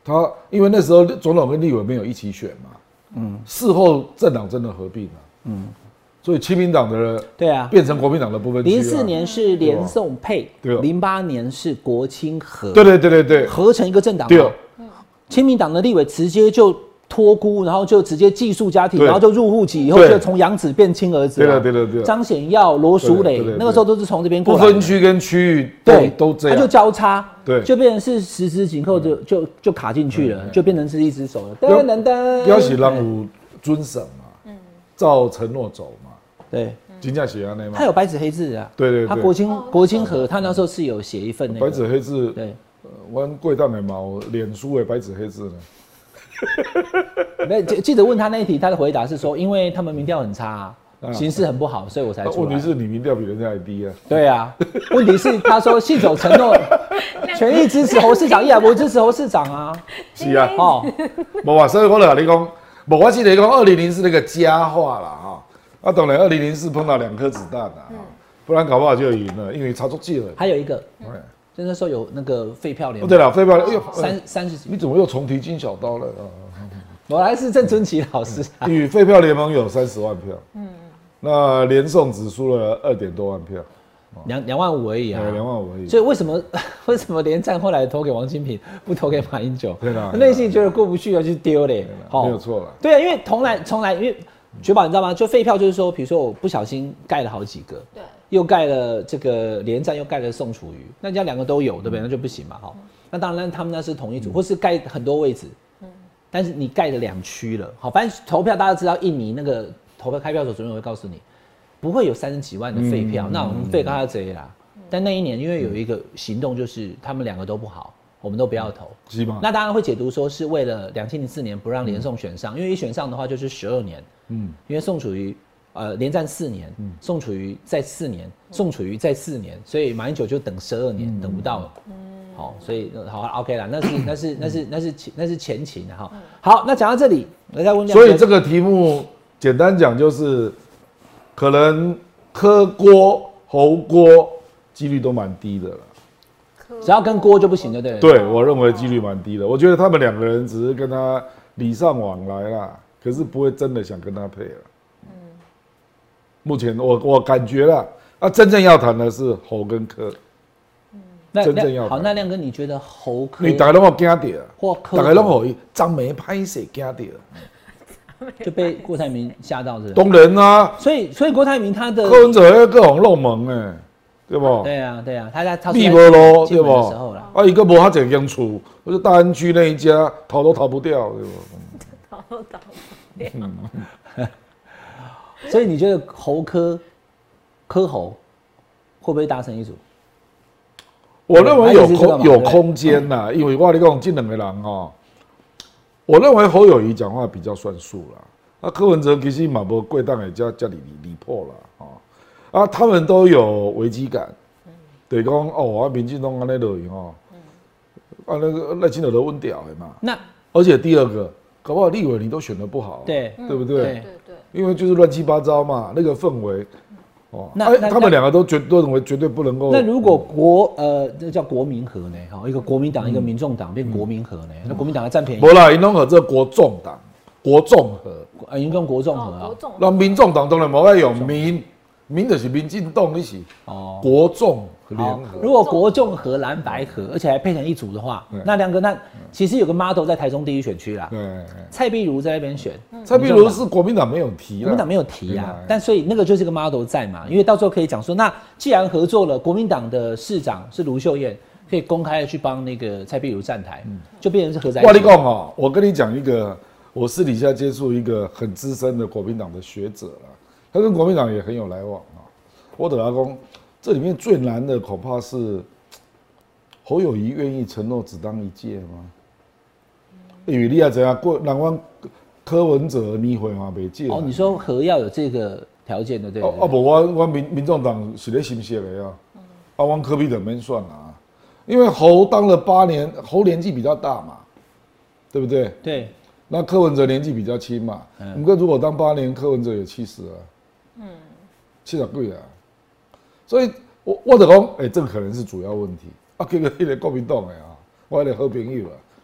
S4: 他因为那时候总统跟立委没有一起选嘛，嗯，事后政党真的合并了，嗯，所以亲民党的
S2: 对啊
S4: 变成国民党的部分区、啊。
S2: 零四年是连宋配，
S4: 对、哦，
S2: 零八年是国亲合，
S4: 对对对对对，
S2: 合成一个政党。
S4: 对、哦，
S2: 亲民党的立委直接就托孤，然后就直接寄宿家庭，然后就入户籍，以后就从养子变亲儿子、啊。
S4: 对了对了对了，
S2: 张显耀、罗淑蕾那个时候都是从这边过来
S4: 不分区跟区域对都这样，
S2: 他就交叉，
S4: 对，
S2: 就变成是十指紧扣就就就卡进去了，就变成是一只手了。噔噔噔，
S4: 表示让有遵守嘛，嗯，照承诺走嘛，
S2: 对，
S4: 真正是安尼嘛。
S2: 他有白纸黑字啊，
S4: 对对对，
S2: 他国亲国亲合，他那时候是有写一份那个
S4: 白纸黑字，
S2: 对，
S4: 我贵档的嘛，我脸书的白纸黑字呢。
S2: 没记者问他那一题，他的回答是说，因为他们民调很差、啊，形势很不好，所以我才出来。
S4: 问题是你民调比人家还低啊。
S2: 对啊，问题是他说信守承诺，全力支持侯市长，伊也不支持侯市长啊。
S4: 是啊，
S2: 哦，
S4: 无啊，所以我就跟你讲，无我记得讲二零零四那个佳话啦哈，啊当然二零零四碰到两颗子弹啊，不然搞不好就赢了，因为差足近了。
S2: 还有一个，就那时候有那个废票联盟。
S4: 对了，废票，哎呦，
S2: 三三十几，
S4: 你怎么又重提金小刀了啊？
S2: 我还是郑春琪老师、啊。
S4: 与废票联盟有三十万票，嗯，那连宋只输了二点多万票，
S2: 两两万五而已啊，
S4: 两万五而已。
S2: 所以为什么为什么连战后来投给王金平，不投给马英九？
S4: 对啦，
S2: 内心觉得过不去要去丢嘞，
S4: 没有错了。
S2: 对啊，因为从来从来，因为雪宝你知道吗？就废票就是说，比如说我不小心盖了好几个，
S3: 对，
S2: 又盖了这个连战，又盖了宋楚瑜，那人家两个都有，对不对？那就不行嘛，哈、嗯。那当然，他们那是同一组，嗯、或是盖很多位置。但是你盖了两区了，好，反正投票大家知道，印尼那个投票开票所主任会告诉你，不会有三十几万的废票，嗯、那我们废他贼啦。嗯、但那一年因为有一个行动，就是他们两个都不好，我们都不要投。
S4: 是吗？
S2: 那当然会解读说是为了两千零四年不让连宋选上，嗯、因为一选上的话就是十二年，嗯，因为宋楚瑜呃连战四年，嗯、宋楚瑜再四年，宋楚瑜再四年，所以马英九就等十二年，嗯、等不到了。嗯好，所以好 OK 啦，那是那是那是那是那是前情哈。好，那讲到这里，我再问。
S4: 所以这个题目简单讲就是，可能柯郭侯郭几率都蛮低的了。
S2: 只要跟郭就不行，对不对？
S4: 对，我认为几率蛮低的。我觉得他们两个人只是跟他礼尚往来啦，可是不会真的想跟他配了。嗯，目前我我感觉啦，啊，真正要谈的是侯跟柯。
S2: 那真正要好，那亮哥，你觉得侯柯？
S4: 你大家拢有惊到，
S2: 或柯，
S4: 大家拢有张眉拍摄惊到，
S2: 就被郭台铭吓到是？
S4: 当然啊，
S2: 所以所以郭台铭他的
S4: 柯文哲要各红漏门哎，对不？
S2: 对啊对啊，他在他
S4: 密博咯，对不？啊，一个无他整间厝，我就大安区那一家逃都逃不掉，对不？
S3: 逃都逃不掉。
S2: 所以你觉得侯柯柯侯会不会达成一组？
S4: 我认为有空有空间呐，因为我跟你讲，这两个人哦，我认为侯友宜讲话比较算数啦，啊，柯文哲其实嘛无贵档也叫叫你离破啦，哦，啊，他们都有危机感，对讲哦，啊，民进党安尼落去哦，啊，那个赖清德都稳掉的嘛，
S2: 那
S4: 而且第二个，搞不好立委你都选得不好，
S2: 对，
S4: 对不对？
S3: 对对，
S4: 因为就是乱七八糟嘛，那个氛围。哦，
S2: 那、
S4: 欸、他们两个都绝都认为绝对不能够。
S2: 那如果国呃，这叫国民和呢？哈，一个国民党，嗯、一个民众党变国民和呢？嗯、那国民党还占便宜。
S4: 不啦，因拢和这国众党，国众和，
S2: 啊，因用国众和啊。
S4: 那民众党当然无爱用民，民就是民进党，你是哦，国众联合。
S2: 如果国众和蓝白合，而且还配成一组的话，那亮哥，那其实有个 model 在台中第一选区啦。对，蔡壁如在那边选。
S4: 蔡壁如是国民党没有提，
S2: 国民党没有提啊，但所以那个就是个 model 在嘛，因为到时候可以讲说，那既然合作了，国民党的市长是卢秀燕，可以公开的去帮那个蔡壁如站台，就变成是合在一起。
S4: 我跟你讲哦，我跟你讲一个，我私底下接触一个很资深的国民党的学者啦，他跟国民党也很有来往啊。我等他讲，这里面最难的恐怕是侯友宜愿意承诺只当一届吗？因为你也知道，过人阮柯文哲年会嘛袂借。
S2: 哦，你说和要有这个条件的，对不对？
S4: 啊，无我我民民众党是咧心息的啊，啊，我柯 P 就免算啦，因为侯当了八年，侯年纪比较大嘛，对不对？
S2: 对。
S4: 那柯文哲年纪比较轻嘛，不过如果当八年，柯文哲有七十啊，嗯，七十几啊，所以我我就讲，哎、欸，这个可能是主要问题啊。这个迄个国民党的啊，我迄个好朋友啊，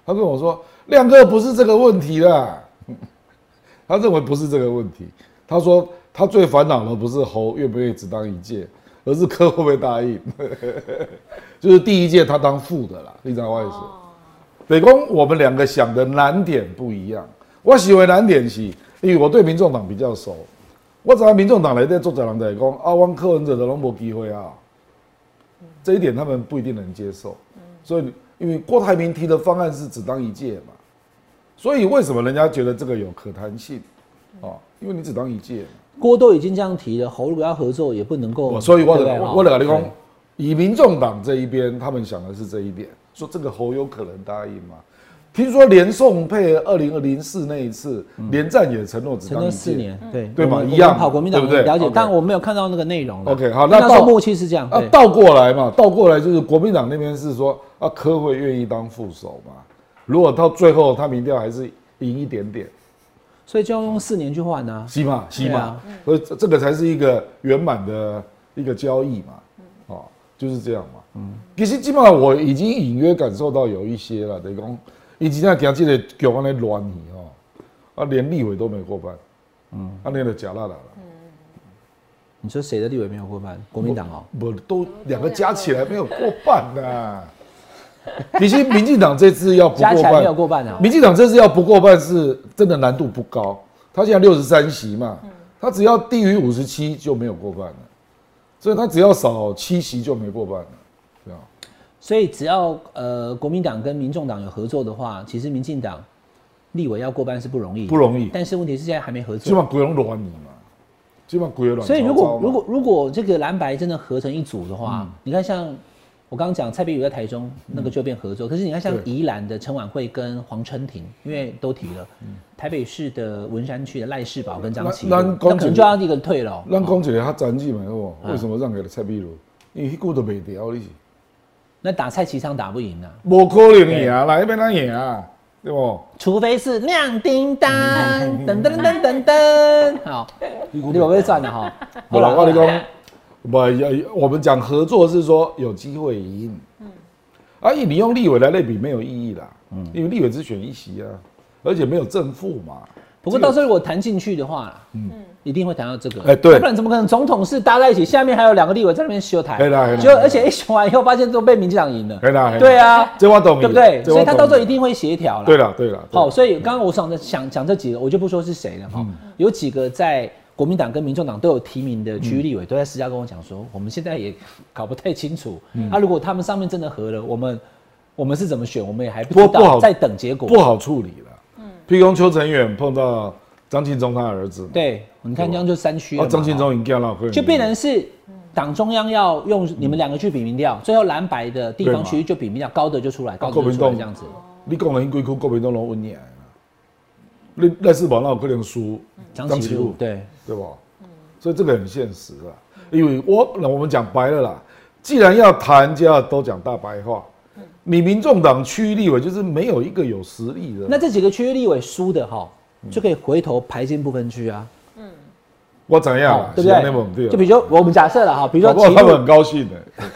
S4: 他跟我说，亮哥不是这个问题啦，他认为不是这个问题。他说他最烦恼的不是侯愿不愿意只当一届，而是柯会不会答应。就是第一届他当副的啦，你知道我意思？北宫我们两个想的难点不一样。我喜欢难点是，因为我对民众党比较熟，我知道民众党内底做在人在讲啊，我柯文哲的拢无机会啊，这一点他们不一定能接受。所以因为郭台铭提的方案是只当一届嘛，所以为什么人家觉得这个有可谈性？哦，因为你只当一届嘛。
S2: 郭都已经这样提了，侯如果要合作也不能够。
S4: 所以我我我跟你讲，以民众党这一边，他们想的是这一点，说这个侯有可能答应吗？听说连宋配二零二零四那一次，连战也承诺只当一届，
S2: 四年，对
S4: 对嘛，一样
S2: 跑国民党
S4: 对不对？
S2: 了解，但我没有看到那个内容。
S4: OK， 好，那
S2: 到默契是这样，
S4: 啊，倒过来嘛，倒过来就是国民党那边是说啊，柯会愿意当副手嘛？如果到最后他民调还是赢一点点，
S2: 所以就要用四年去换啊，
S4: 是嘛，是嘛，所以这个才是一个圆满的一个交易嘛，哦，就是这样嘛。嗯，其实基本上我已经隐约感受到有一些了，等于讲。以前在讲这个局安尼乱去哦，啊，连立委都没过半，嗯，啊，那个假辣辣了。嗯，
S2: 你说谁的立委没有过半？国民党哦，
S4: 不都两个加起来没有过半呐。其实民进党这次要不过半，加起来
S2: 没有过半啊。
S4: 民进党这次要不过半是真的难度不高，他现在六十三席嘛，他只要低于五十七就没有过半了，所以他只要少七席就没过半了，对吧？
S2: 所以只要呃国民党跟民众党有合作的话，其实民进党立委要过半是不容易，
S4: 不容易。
S2: 但是问题是现在还没合作，
S4: 基本上鬼龙乱你嘛，基本上鬼乱。
S2: 所以如果如果如果这个蓝白真的合成一组的话，嗯、你看像我刚刚讲蔡壁如在台中、嗯、那个就变合作，可是你看像宜兰的陈婉慧跟黄琛庭，因为都提了，嗯、台北市的文山区的赖世宝跟张启儒，那可能就要一个退了。
S4: 咱讲一个他战绩嘛，哦，为什么让给了蔡壁如？因为迄股都没掉，你是。
S2: 那打蔡其昌打不赢啊，
S4: 不可能赢啊，哪一边他赢啊，对不？
S2: 除非是亮叮当，噔噔噔噔噔，好，你有没有赚了哈？
S4: 我老话你讲，不，我们讲合作是说有机会赢，嗯，啊，你用立委来类比没有意义啦，嗯，因为立委只选一席啊，而且没有正负嘛。
S2: 不过到时候如果谈进去的话，嗯，一定会谈到这个。
S4: 哎、欸，对，
S2: 不然怎么可能总统室搭在一起，下面还有两个立委在那边修台？
S4: 对啦，
S2: 就而且一选完以后，发现都被民进党赢了。
S4: 对啦，
S2: 对啊，
S4: 这我懂，
S2: 对不对？所以他到时候一定会协调了。
S4: 对了，对了。
S2: 好，所以刚刚我想着想讲这几个，我就不说是谁了哈。嗯、有几个在国民党跟民众党都有提名的区域立委，嗯、都在私下跟我讲说，我们现在也搞不太清楚。嗯、啊，如果他们上面真的合了，我们我们是怎么选，我们也还不知道，在等结果，
S4: 不好处理了。嗯，譬如邱成远碰到。张庆忠他儿子，
S2: 对，你看这样就三区了。
S4: 哦，张庆忠已经了，
S2: 就变成是党中央要用你们两个去比民调，最后蓝白的地方区就比民调高的就出来，高的就出来这样子。
S4: 你讲的因几区国民党拢稳赢，你赖世宝那有可能输
S2: 张启儒，对
S4: 对吧？所以这个很现实啊，因为我我们讲白了啦，既然要谈，就要都讲大白话。你民众党区域立委就是没有一个有实力的，
S2: 那这几个区域立委输的哈。就可以回头排进不分区啊，嗯，
S4: 我怎样、啊，
S2: 对不对？对就比如说我们假设了哈，比如说
S4: 他们很高兴的，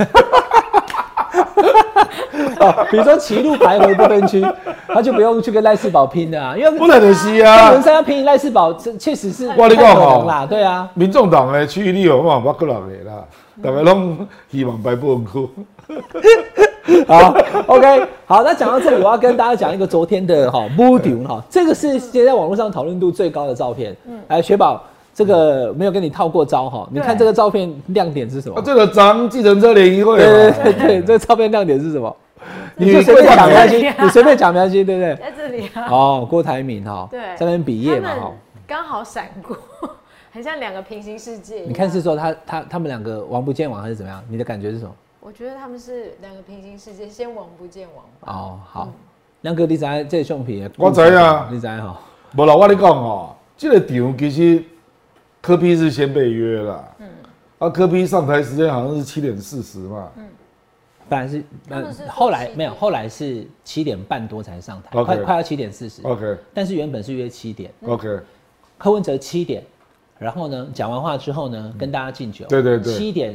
S2: 啊，比如说歧路排回不分区，他就不用去跟赖世宝拼的啊，因为
S4: 不能的是啊，
S2: 文山要拼赖世宝，确实是
S4: 我跟你讲哈
S2: 啦，对啊，
S4: 民众党的区域立委我我过来的啦，大家拢希望排不分区。
S2: 好 ，OK， 好，那讲到这里，我要跟大家讲一个昨天的哈 ，Moody 哈，这个是现在网络上讨论度最高的照片。嗯，哎，雪宝，这个没有跟你套过招哈，你看这个照片亮点是什么？
S4: 啊，这个张计程车联谊会。
S2: 对对对，这个照片亮点是什么？你就随便讲没关系，你随便讲没关系，对不对？
S3: 在这里啊。
S2: 哦，郭台铭哈，
S3: 对，
S2: 在那边比耶嘛哈，
S3: 刚好闪过，很像两个平行世界。
S2: 你看是说他他他们两个王不见王还是怎么样？你的感觉是什么？
S3: 我觉得他们是两个平行世界，先王不见王吧。
S2: 哦，好，亮哥，你知道这橡皮？
S4: 我知啊，
S2: 你知哈？
S4: 无啦，我跟你讲哦，这个场其实柯 P 是先被约啦，嗯，啊，柯 P 上台时间好像是七点四十嘛，嗯，
S2: 本来是，呃，后来没有，后来是七点半多才上台，
S4: okay,
S2: 快快要七点四十
S4: ，OK，
S2: 但是原本是约七点
S4: ，OK，
S2: 柯文哲七点，然后呢讲完话之后呢，跟大家敬酒，
S4: 对对对，
S2: 七点。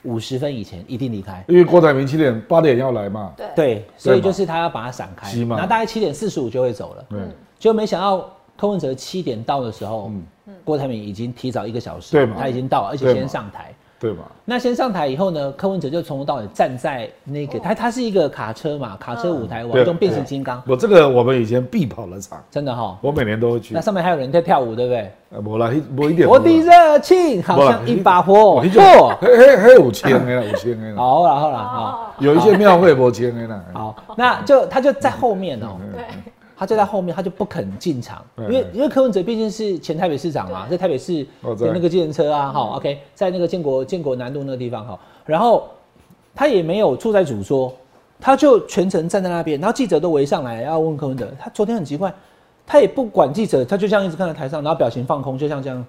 S2: 五十分以前一定离开，
S4: 因为郭台铭七点八点要来嘛。
S3: 对
S2: 对，所以就是他要把它闪开，
S4: 是嘛
S2: 然后大概七点四十五就会走了。
S4: 嗯，
S2: 就没想到柯文哲七点到的时候，郭台铭已经提早一个小时，
S4: 对嘛
S2: 他已经到了，而且
S4: 对嘛
S2: 先上台。
S4: 对嘛？
S2: 那先上台以后呢，柯文哲就从头到尾站在那个，他他是一个卡车嘛，卡车舞台，我用变形金刚，
S4: 我这个我们以前必跑的场，
S2: 真的哈，
S4: 我每年都会去
S2: 那。上面还有人在跳舞，对不对？
S4: 呃，无啦，无一点。
S2: 我的热情好像一把火，
S4: 嘿嘿嘿，有签的啦，有签的啦。
S2: 好啦好啦好，
S4: 有一些庙会无签的啦。
S2: 好，那就他就在后面哦，
S3: 对，
S2: 他就在后面，他就不肯进场，因为因为柯文哲毕竟是前台北市长嘛，在台北市的那个计程车啊，好 ，OK， 在那个建国建国南路那个地方哈，然后他也没有坐在主桌，他就全程站在那边，然后记者都围上来要问柯文哲，他昨天很奇怪，他也不管记者，他就这样一直看在台上，然后表情放空，就像这样。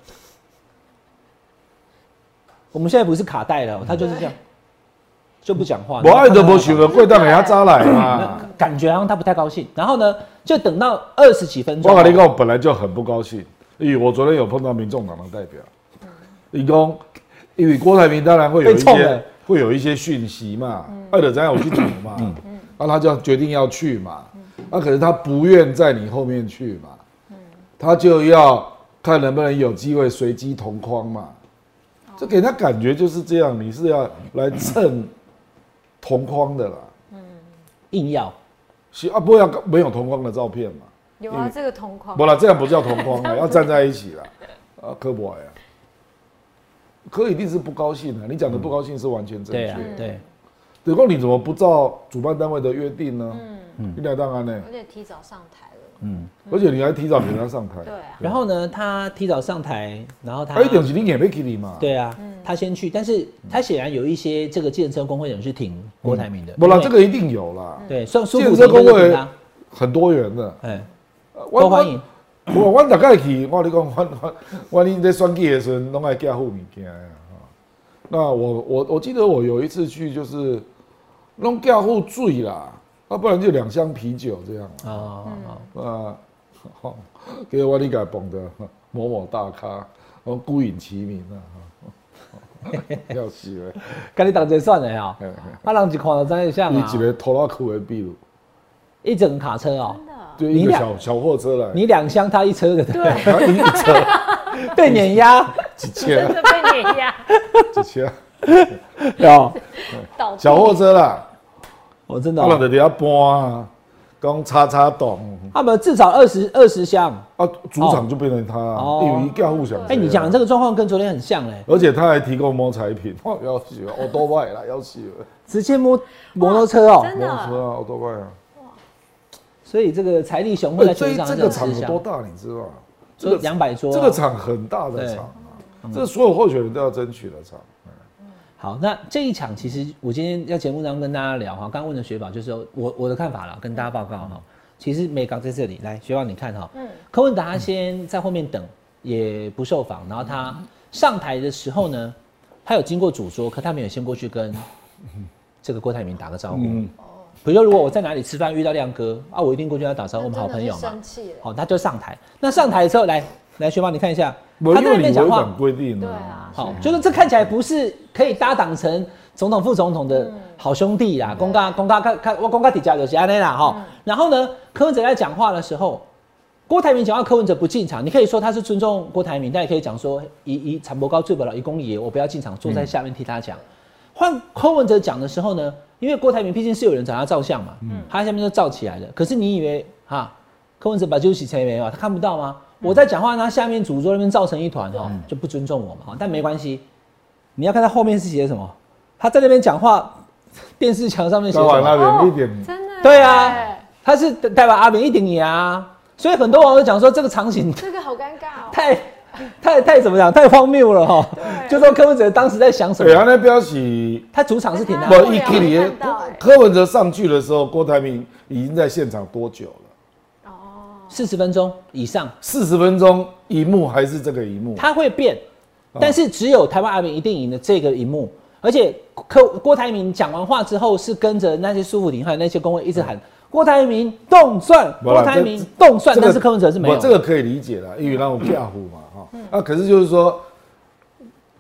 S2: 我们现在不是卡带了，他就是这样。就不讲话，
S4: 我爱都不想了，贵档给他扎来嘛，
S2: 感觉好像他不太高兴。然后呢，就等到二十几分钟，
S4: 我跟你讲，本来就很不高兴，因为我昨天有碰到民众党的代表，你讲，因为郭台铭当然会有一些会有一些讯息嘛，爱的咱有去赌嘛，啊，他就决定要去嘛，啊，可是他不愿在你后面去嘛，他就要看能不能有机会随机同框嘛，这给他感觉就是这样，你是要来蹭。同框的啦，嗯，
S2: 硬要，
S4: 是啊，不要没有同框的照片嘛？
S3: 有啊，这个同框，
S4: 不啦，这样不叫同框啊，要站在一起啦，啊，柯不爱啊，柯一定是不高兴啊，你讲的不高兴是完全正确，
S2: 对啊，对，
S4: 德光你怎么不照主办单位的约定呢？嗯，你来当然呢，
S3: 而且提早上台了，
S2: 嗯，
S4: 而且你还提早给他上台，
S3: 对啊，
S2: 然后呢，他提早上台，然后他，
S4: 他一定是你也没给你嘛，
S2: 对啊，他先去，但是他显然有一些这个计程车工会人是挺郭台铭的，
S4: 不啦，这个一定有啦，
S2: 对，算
S4: 计程车工会很多元的，哎，
S2: 多欢迎。
S4: 我我大概去，我跟你讲，我我我你在选举的时候，拢爱寄好物件呀。那我我我记得我有一次去，就是弄寄好水啦，啊，不然就两箱啤酒这样啊。啊，好，给我你给捧的某某大咖，我孤影齐名啊。要死了，
S2: 跟你同齐算的哈，啊，人一看就知道像啊。
S4: 你一个拖拉库的比如，
S2: 一整卡车哦，
S4: 就一个小小货车来，
S2: 你两箱他一车的，
S3: 对，
S4: 他一车
S2: 被碾压，
S4: 几千，
S3: 真的被碾压，
S4: 几千，
S2: 有
S4: 小货车啦，
S2: 我真的，
S4: 他人就在搬啊，讲叉叉洞，
S2: 他们至少二十二十箱
S4: 啊，主场就变成他，因为调互相。
S2: 哎，你讲的这个状况跟昨天很像嘞，
S4: 而且他还提供摸彩品，哦，要死了，欧多拜啦，要死了，
S2: 直接摸摩托车哦，
S3: 真的，
S4: 摩托车啊，欧多拜啊。
S2: 所以这个财力雄厚在球场
S4: 这个场有多大，你知道吗？
S2: 这个两百桌，
S4: 这个场很大的场啊，这所有候选人都要争取的场。
S2: 好，那这一场其实我今天要节目上跟大家聊哈，刚问的雪宝就是我我的看法了，跟大家报告哈。其实美港在这里，来雪宝你看哈，柯文哲他先在后面等，也不受访，然后他上台的时候呢，他有经过主桌，可他没有先过去跟这个郭台铭打个招呼。比如说，如果我在哪里吃饭遇到亮哥啊，我一定过去跟他打招呼，我们好朋友嘛。
S3: 生气了。
S2: 好，他就上台。那上台之后，来来，雪宝你看一下，
S4: 他在那边讲话规定
S3: 对啊，
S2: 好，就是这看起来不是可以搭档成总统副总统的好兄弟啦。公家公家看看我公家底下就是安内啦哈。然后呢，柯文哲在讲话的时候，郭台铭讲话，柯文哲不进场，你可以说他是尊重郭台铭，但也可以讲说以以产博高最不了一公里，我不要进场，坐在下面替他讲。换柯文哲讲的时候呢？因为郭台铭毕竟是有人找他照相嘛，嗯、他下面都照起来了。可是你以为哈，柯文哲把酒洗成没有？他看不到吗？嗯、我在讲话，他下面主桌那边照成一团哈，嗯、就不尊重我嘛。但没关系，你要看他后面是写什么？他在那边讲话，电视墙上面写什么？
S4: 那边一点，
S3: 真的
S2: 对啊，他是代表阿扁一点你啊。所以很多网友讲说这个场景，
S3: 这个好尴尬哦，
S2: 太。太太怎么讲？太荒谬了哈！就说柯文哲当时在想什么？
S4: 对啊，那标喜
S2: 他主场是挺大
S4: 的。不，一 K 里柯文哲上去的时候，郭台铭已经在现场多久了？
S2: 哦，四十分钟以上。
S4: 四十分钟，荧幕还是这个荧幕？
S2: 它会变，但是只有台湾阿扁一定赢的这个荧幕，而且柯郭台铭讲完话之后，是跟着那些苏富廷还有那些工会一直喊。郭台铭动算，郭台铭动算，但是柯文哲是没有。
S4: 我这个可以理解啦，因为让我吓唬嘛，哈。啊，可是就是说，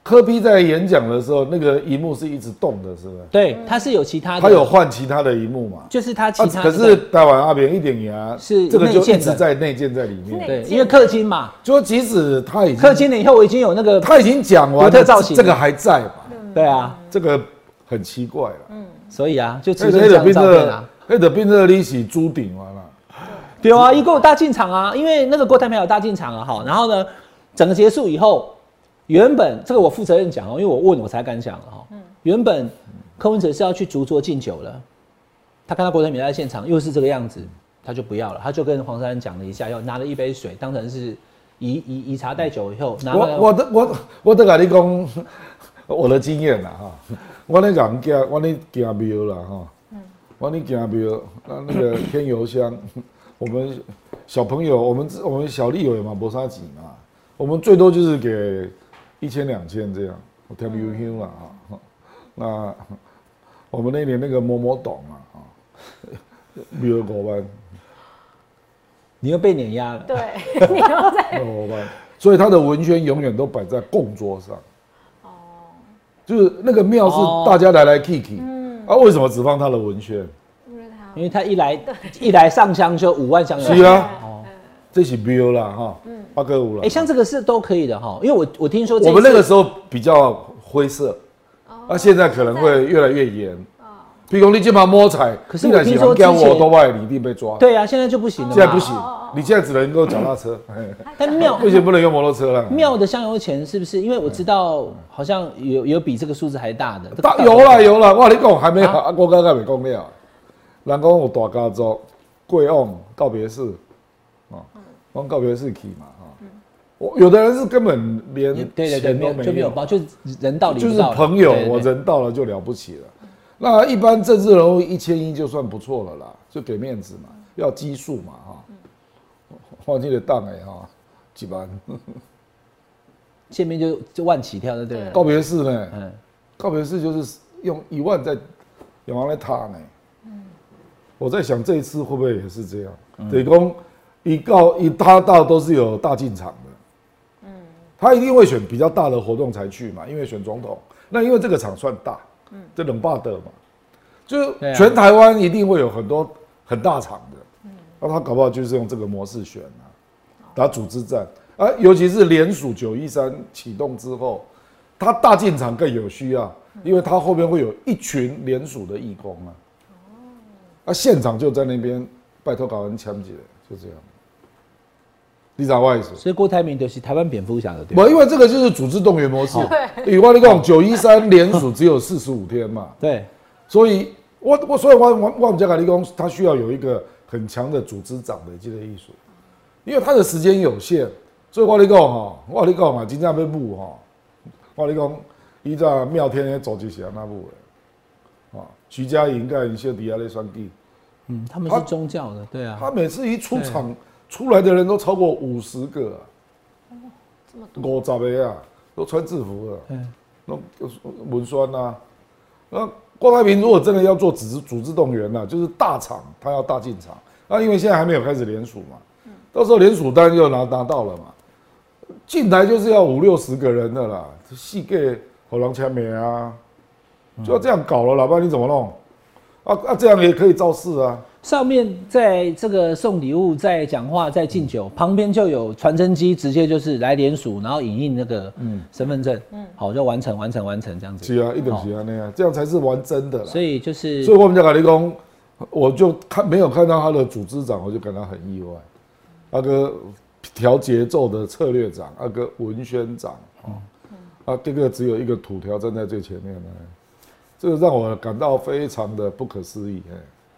S4: 柯 P 在演讲的时候，那个荧幕是一直动的，是不是？
S2: 对，他是有其他的，
S4: 他有换其他的荧幕嘛？
S2: 就是他其他、
S4: 啊。可是台湾阿扁一点牙
S2: 是
S4: 这个就一直在内建在里面。
S2: 对，因为氪金嘛，
S4: 就即使他已经
S2: 氪金了以后，我已经有那个
S4: 他已经讲完了，这个还在嘛？
S2: 对啊，
S4: 这个很奇怪了。嗯，
S2: 所以啊，就出现这张照片啊。
S4: 黑的变热利息猪顶完了。
S2: 对啊，一共有大进场啊，因为那个郭台铭有大进场啊，哈，然后呢，整个结束以后。原本这个我负责任讲哦，因为我问我才敢讲哈。原本柯文哲是要去竹桌敬酒了，他看到郭台铭在现场又是这个样子，他就不要了，他就跟黄珊讲了一下，要拿了一杯水当成是以以以茶代酒以后，拿
S4: 我我的我我得跟你讲我的经验啦哈，我咧讲家我咧行庙啦哈，我咧行庙那那个添油香，我们小朋友我们我们小立委嘛，没啥钱嘛，我们最多就是给。一千两千这样，我调 U Q 了啊。那我们那年那个某某董啊，啊，比如五万，
S2: 你又被碾压了。
S3: 对，你又在
S4: 五万，所以他的文宣永远都摆在供桌上。哦，就是那个庙是大家来来去去，嗯，啊，为什么只放他的文宣？
S2: 因为他一来一来上香就五万香油。
S4: 是啊，哦，这是庙啦哈。嗯。八个五了，
S2: 哎，像这个是都可以的哈，因为我我听说
S4: 我们那个时候比较灰色，啊，现在可能会越来越严。譬如你这旁摸彩，
S2: 可是我听说之前
S4: 我都外，你一定被抓。
S2: 对啊，现在就不行了。
S4: 现在不行，你现在只能够脚踏车。
S2: 但庙
S4: 为什么不能用摩托车了？
S2: 庙的香油钱是不是？因为我知道好像有有比这个数字还大的。
S4: 大有啦有啦，我跟你讲还没有，我刚刚没讲了。人讲有大家族，贵翁告别式，啊，我告别式去嘛。我有的人是根本连
S2: 对对对，没有就没有包，就人到
S4: 就是朋友，我人到了就了不起了。那一般政治人物一千一就算不错了啦，就给面子嘛，要基数嘛哈。忘记了档哎哈，几万，
S2: 见面就就万起跳的对。
S4: 告别式呢，嗯，告别式就是用一万在用完来踏呢。嗯，我在想这一次会不会也是这样？等于讲一告一他到都是有大进场的。他一定会选比较大的活动才去嘛，因为选总统。那因为这个场算大，嗯，这冷霸的嘛，就全台湾一定会有很多很大场的，嗯，那他搞不好就是用这个模式选啊，打组织战啊，尤其是联署九一三启动之后，他大进场更有需要，因为他后面会有一群联署的义工啊，啊，现场就在那边拜托搞人抢起来，就这样。你知道我意思？
S2: 所以郭台铭就是台湾蝙蝠侠的，对
S4: 吧？不，因为这个就是组织动员模式。对。我跟你讲，九一三联署只有四十五天嘛。
S2: 对。
S4: 所以我我所以我我我们家跟你讲，他需要有一个很强的组织长的这个艺术，因为他的时间有限，所以我跟你讲哈，我跟你讲嘛，真正要舞哈，我跟你讲，依照庙天的组织是安那舞的，啊，徐佳莹跟小弟下咧选举，
S2: 嗯，他们是宗教的，对啊。
S4: 他每次一出场。出来的人都超过五十个、啊，这么多，五十个啊，都穿制服了，嗯，那文宣啊，那郭台铭如果真的要做组织组织动员啊，就是大场他要大进场，那因为现在还没有开始联署嘛，嗯，到时候联署单就拿拿到了嘛，进来就是要五六十个人的啦，细给好人签名啊，就要这样搞了啦，不然你怎么弄？啊啊，这样也可以造势啊。
S2: 上面在这个送礼物、在讲话、在敬酒，旁边就有传真机，直接就是来联署，然后影印那个身份证，嗯，好就完成、完成、完成这样子。
S4: 是啊，一定是啊那样，这样才是玩真的啦。
S2: 所以就是，
S4: 所以我们在跟你讲，我就看没有看到他的组织长，我就感到很意外。那个调节奏的策略长，那个文宣长，啊，这个只有一个土条站在最前面的，这个让我感到非常的不可思议。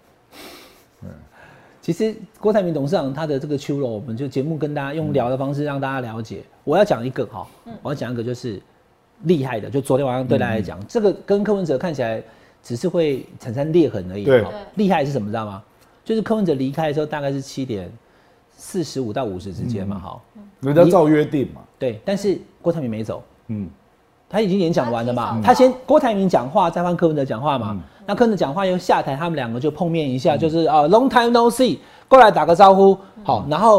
S2: 其实郭台铭董事长他的这个秋楼，我们就节目跟大家用聊的方式让大家了解。我要讲一个哈，我要讲一个就是厉害的，就昨天晚上对大家来讲，嗯、这个跟柯文哲看起来只是会产生裂痕而已。
S4: 对，
S2: 厉害是什么知道吗？就是柯文哲离开的时候大概是七点四十五到五十之间嘛，哈、
S4: 嗯，人家照约定嘛。
S2: 对，但是郭台铭没走，嗯，他已经演讲完了嘛，他先郭台铭讲话，再换柯文哲讲话嘛。嗯，那柯文哲讲话又下台，他们两个就碰面一下，嗯、就是啊 ，long time no see， 过来打个招呼，好，然后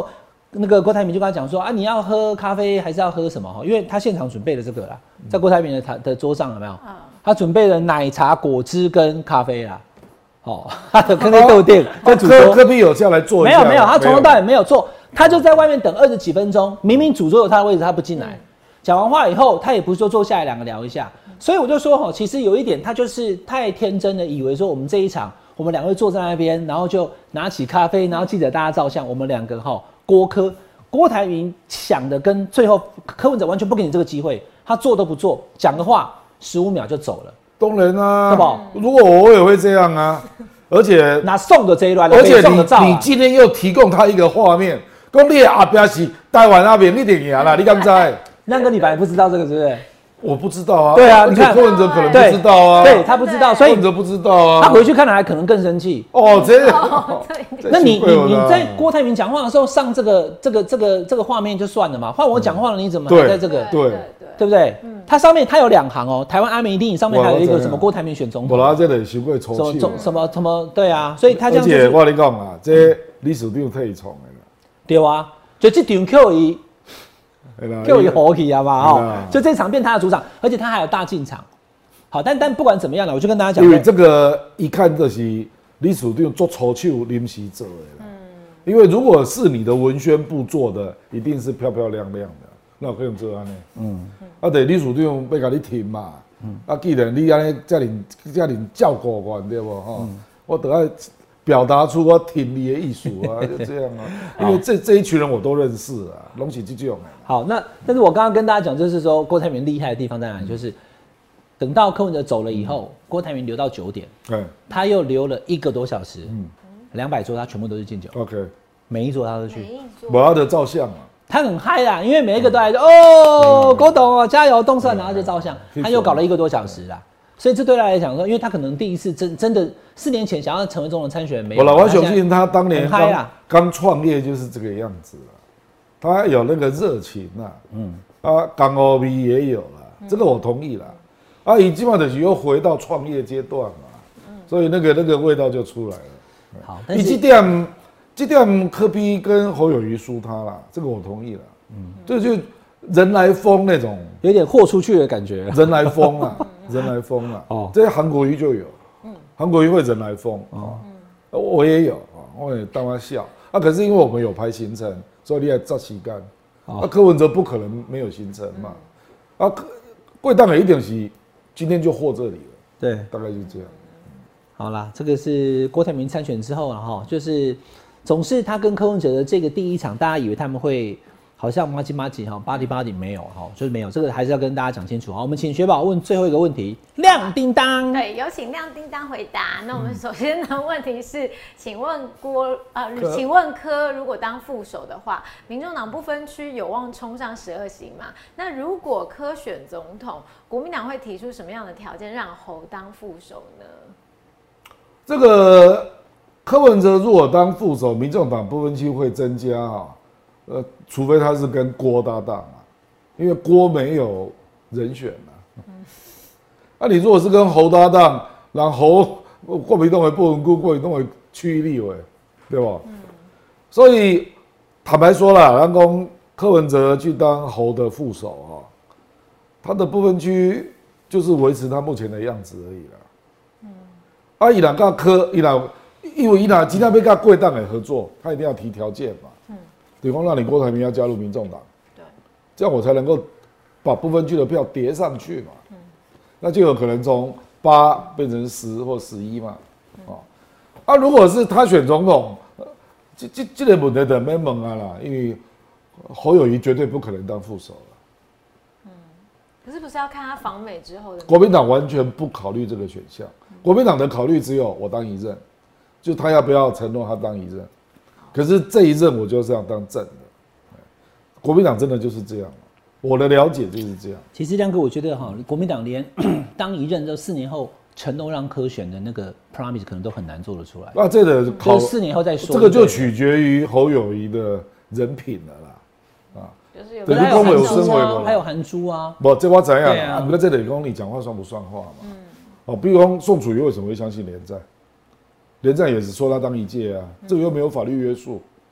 S2: 那个郭台铭就跟他讲说啊，你要喝咖啡还是要喝什么？因为他现场准备了这个啦，在郭台铭的台的桌上有没有？他准备了奶茶、果汁跟咖啡啦。哦，他的跟那豆店跟主桌
S4: 科比有下来坐一下，
S2: 没有没有，他从头到尾没有坐，他就在外面等二十几分钟，明明主桌有他的位置，他不进来。讲完话以后，他也不是说坐下来两个聊一下，所以我就说哈，其实有一点他就是太天真的以为说我们这一场我们两个坐在那边，然后就拿起咖啡，然后记者大家照相，我们两个哈郭柯郭台铭想的跟最后柯文哲完全不给你这个机会，他做都不做，讲的话十五秒就走了。当
S4: 然啊，对吧？如果我也会这样啊，而且
S2: 拿送的这一段，
S4: 而且你你今天又提供他一个画面，讲你的阿伯是台湾那边，你点赢啦，你敢知？
S2: 亮哥，你本来不知道这个，是不是？
S4: 我不知道啊。
S2: 对啊，你看
S4: 柯文哲可能不知道啊，
S2: 对他不知道，所以
S4: 柯文哲不知道啊，
S2: 他回去看了还可能更生气。
S4: 哦，真的。
S2: 那你你你在郭台铭讲话的时候上这个这个这个这个画面就算了嘛，换我讲话了，你怎么还在这个？
S4: 对
S2: 对不对？它上面它有两行哦，台湾阿美电影上面还有一个什么郭台铭选总统。
S4: 我拿这个伤过抽气。
S2: 什么什么什么？对啊，所以他这样。
S4: 而且我跟你讲啊，这理事长退场的啦。
S2: 对啊，就这场 Q 一 Q 一火起啊嘛哦，就这场变他的主场，而且他还有大进场。好，但但不管怎么样呢，我就跟大家讲，
S4: 因为这个一看就是理事长做粗手临时做的啦。嗯。因为如果是你的文宣部做的，一定是漂漂亮亮的。那可以做安尼，嗯，啊，对，理事长要甲你停嘛，嗯，啊，既然你安尼遮尔遮尔照顾我，对不吼？嗯、我得要表达出我挺你的意思啊，就这样啊。因为这这一群人我都认识啊，拢是这种的。
S2: 好，那但是我刚刚跟大家讲，就是说郭台铭厉害的地方在哪里？就是等到柯文哲走了以后，郭台铭留到九点，对，他又留了一个多小时，嗯，两百桌他全部都是敬酒
S4: ，OK，
S2: 每一桌他都去，
S4: 我要的照相啊。
S2: 他很嗨啦，因为每一个都来说哦，郭董哦，加油，动算，然后就照相。他又搞了一个多小时啦，所以这对他来讲说，因为他可能第一次真真的四年前想要成为总统参选人没有。
S4: 我老我相信他当年刚刚创业就是这个样子啦，他有那个热情啦，嗯，啊，港澳味也有啦，这个我同意啦。啊，以基本上又回到创业阶段嘛，所以那个那个味道就出来了。
S2: 好，
S4: 以这点。这点柯 P 跟侯友宜输他啦，这个我同意了。嗯，这就人来疯那种，
S2: 有点豁出去的感觉。
S4: 人来疯啊，人来疯啊。哦，这韩国瑜就有，嗯，韩国瑜会人来疯啊。我也有啊，我也当他笑啊。可是因为我们有排行程，所以你还照时间。啊，柯文哲不可能没有行程嘛。啊，贵档也一定是今天就获这里了。
S2: 对，
S4: 大概就这样。
S2: 好啦，这个是郭台铭参选之后了哈，就是。总是他跟柯文哲的这个第一场，大家以为他们会好像麻吉麻吉哈，巴迪巴迪没有哈，就是没有，这个还是要跟大家讲清楚。好，我们请雪宝问最后一个问题，亮叮当。
S3: 对，有请亮叮当回答。那我们首先的问题是，请问郭呃，请问柯如果当副手的话，民众党不分区有望冲上十二席吗？那如果柯选总统，国民党会提出什么样的条件让侯当副手呢？
S4: 这个。柯文哲如果当副手，民众党不分区会增加啊，呃，除非他是跟郭搭档啊，因为郭没有人选啊。那、啊、你如果是跟侯搭档，然后国民党为不分区，国民党为区域立委，对吧？嗯、所以坦白说啦，咱讲柯文哲去当侯的副手啊，他的不分区就是维持他目前的样子而已啦。嗯，啊，伊若跟柯，伊若因为伊若今天要跟贵党的合作，他一定要提条件嘛。嗯，比方让你郭台铭要加入民众党，对，这样我才能够把不分区的票叠上去嘛。嗯，那就有可能从八变成十或十一嘛。哦、嗯，啊，如果是他选总统，这这这个问题就免问啊啦，因为侯友宜绝对不可能当副手了。
S3: 嗯，可是不是要看他访美之后的？
S4: 国民党完全不考虑这个选项，国民党的考虑只有我当一任。就他要不要承诺他当一任，可是这一任我就是要当正的，国民党真的就是这样，我的了解就是这样。
S2: 其实亮哥，我觉得哈，国民党连当一任，就四年后承诺让柯选的那个 promise 可能都很难做得出来。
S4: 那这个
S2: 考四年后再说，
S4: 这个就取决于侯友宜的人品了啦，啊，
S3: 就是有
S2: 还有韩珠啊，还有韩珠啊，
S4: 不，这我怎样啊？不过这里讲你讲话算不算话嘛？嗯，哦，比如说宋楚瑜为什么会相信连战？连战也是说他当一届啊，这个又没有法律约束，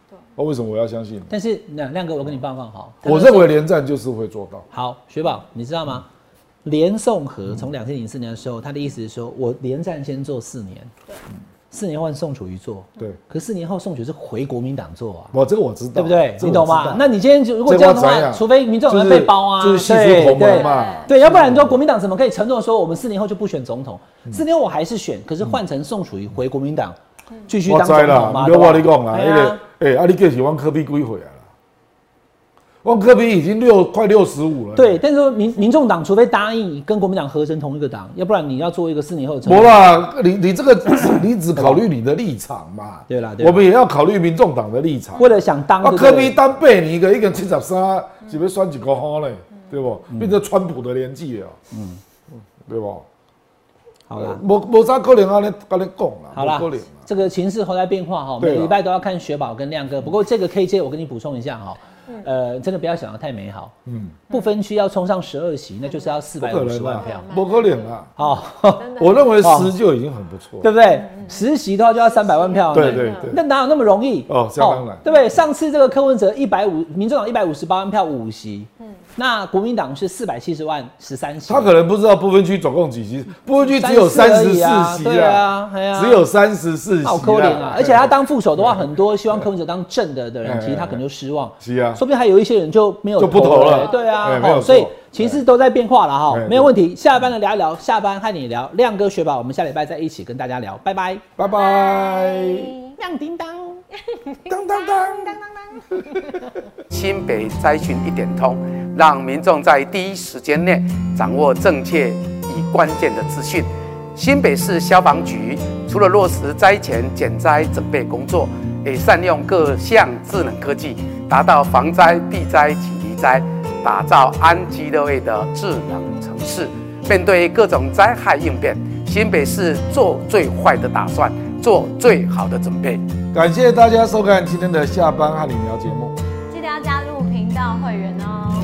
S4: 我为什么我要相信？
S2: 但是那亮哥，我跟你报告好，
S4: 我认为连战就是会做到。
S2: 好，雪宝，你知道吗？连宋和从两千零四年的时候，他的意思是说，我连战先做四年，四年换宋楚瑜做，
S4: 对。
S2: 可四年后宋楚瑜是回国民党做啊，
S4: 我这个我知道，
S2: 对不对？你懂吗？那你今天如果这样的话，除非民众党被包啊，
S4: 就是系出同盟嘛，
S2: 对，要不然你说国民党怎么可以承诺说我们四年后就不选总统？四年后我还是选，可是换成宋楚瑜回国民党继续当总统嘛？
S4: 我知啦，我跟你讲啦，那个，哎，啊，你计是阮柯 P 几岁啊？汪科比已经六快六十五了。
S2: 对，但是说民民众党除非答应跟国民党合成同一个党，要不然你要做一个四年后的成。
S4: 不啦，你你这个你只考虑你的立场嘛。
S2: 对啦，
S4: 我们也要考虑民众党的立场。
S2: 为了想当，
S4: 啊，科比当八年一个，一个七十三，是要选一个好嘞，对不？变成川普的年纪了，嗯，对不？
S2: 好啦，
S4: 无无啥可能安尼跟你讲啦，
S2: 好啦，这个情势后来变化哈，每个礼拜都要看雪宝跟亮哥。不过这个 K J 我跟你补充一下哈。呃，真的不要想得太美好。嗯，不分区要冲上十二席，那就是要四百五十万票，
S4: 不可能啊！
S2: 好，
S4: 我认为十就已经很不错，
S2: 对不对？十席的话就要三百万票，
S4: 对对对，
S2: 那哪有那么容易？
S4: 哦，相当难，
S2: 对不对？上次这个柯文哲一百五，民众党一百五十八万票五席，嗯，那国民党是四百七十万十三席。
S4: 他可能不知道不分区总共几席，不分区只有三十四席，
S2: 对啊，
S4: 只有三十四席，
S2: 好可怜啊！而且他当副手的话，很多希望柯文哲当正的的人，其实他可能就失望。
S4: 是啊。
S2: 说不定还有一些人就没有
S4: 就不投了，
S2: 对啊，所以情势都在变化了哈，没有问题。下班了聊一聊，下班和你聊，亮哥雪宝，我们下礼拜再一起跟大家聊，拜拜，
S4: 拜拜，
S2: 亮叮当，
S4: 当当当当当
S5: 当。新北灾讯一点通，让民众在第一时间内掌握正确与关键的资讯。新北市消防局除了落实灾前减灾准备工作，也善用各项智能科技，达到防灾、避灾及离灾，打造安居乐业的智能城市。面对各种灾害应变，新北市做最坏的打算，做最好的准备。
S4: 感谢大家收看今天的下班和你聊节目，
S3: 记得要加入频道会员哦。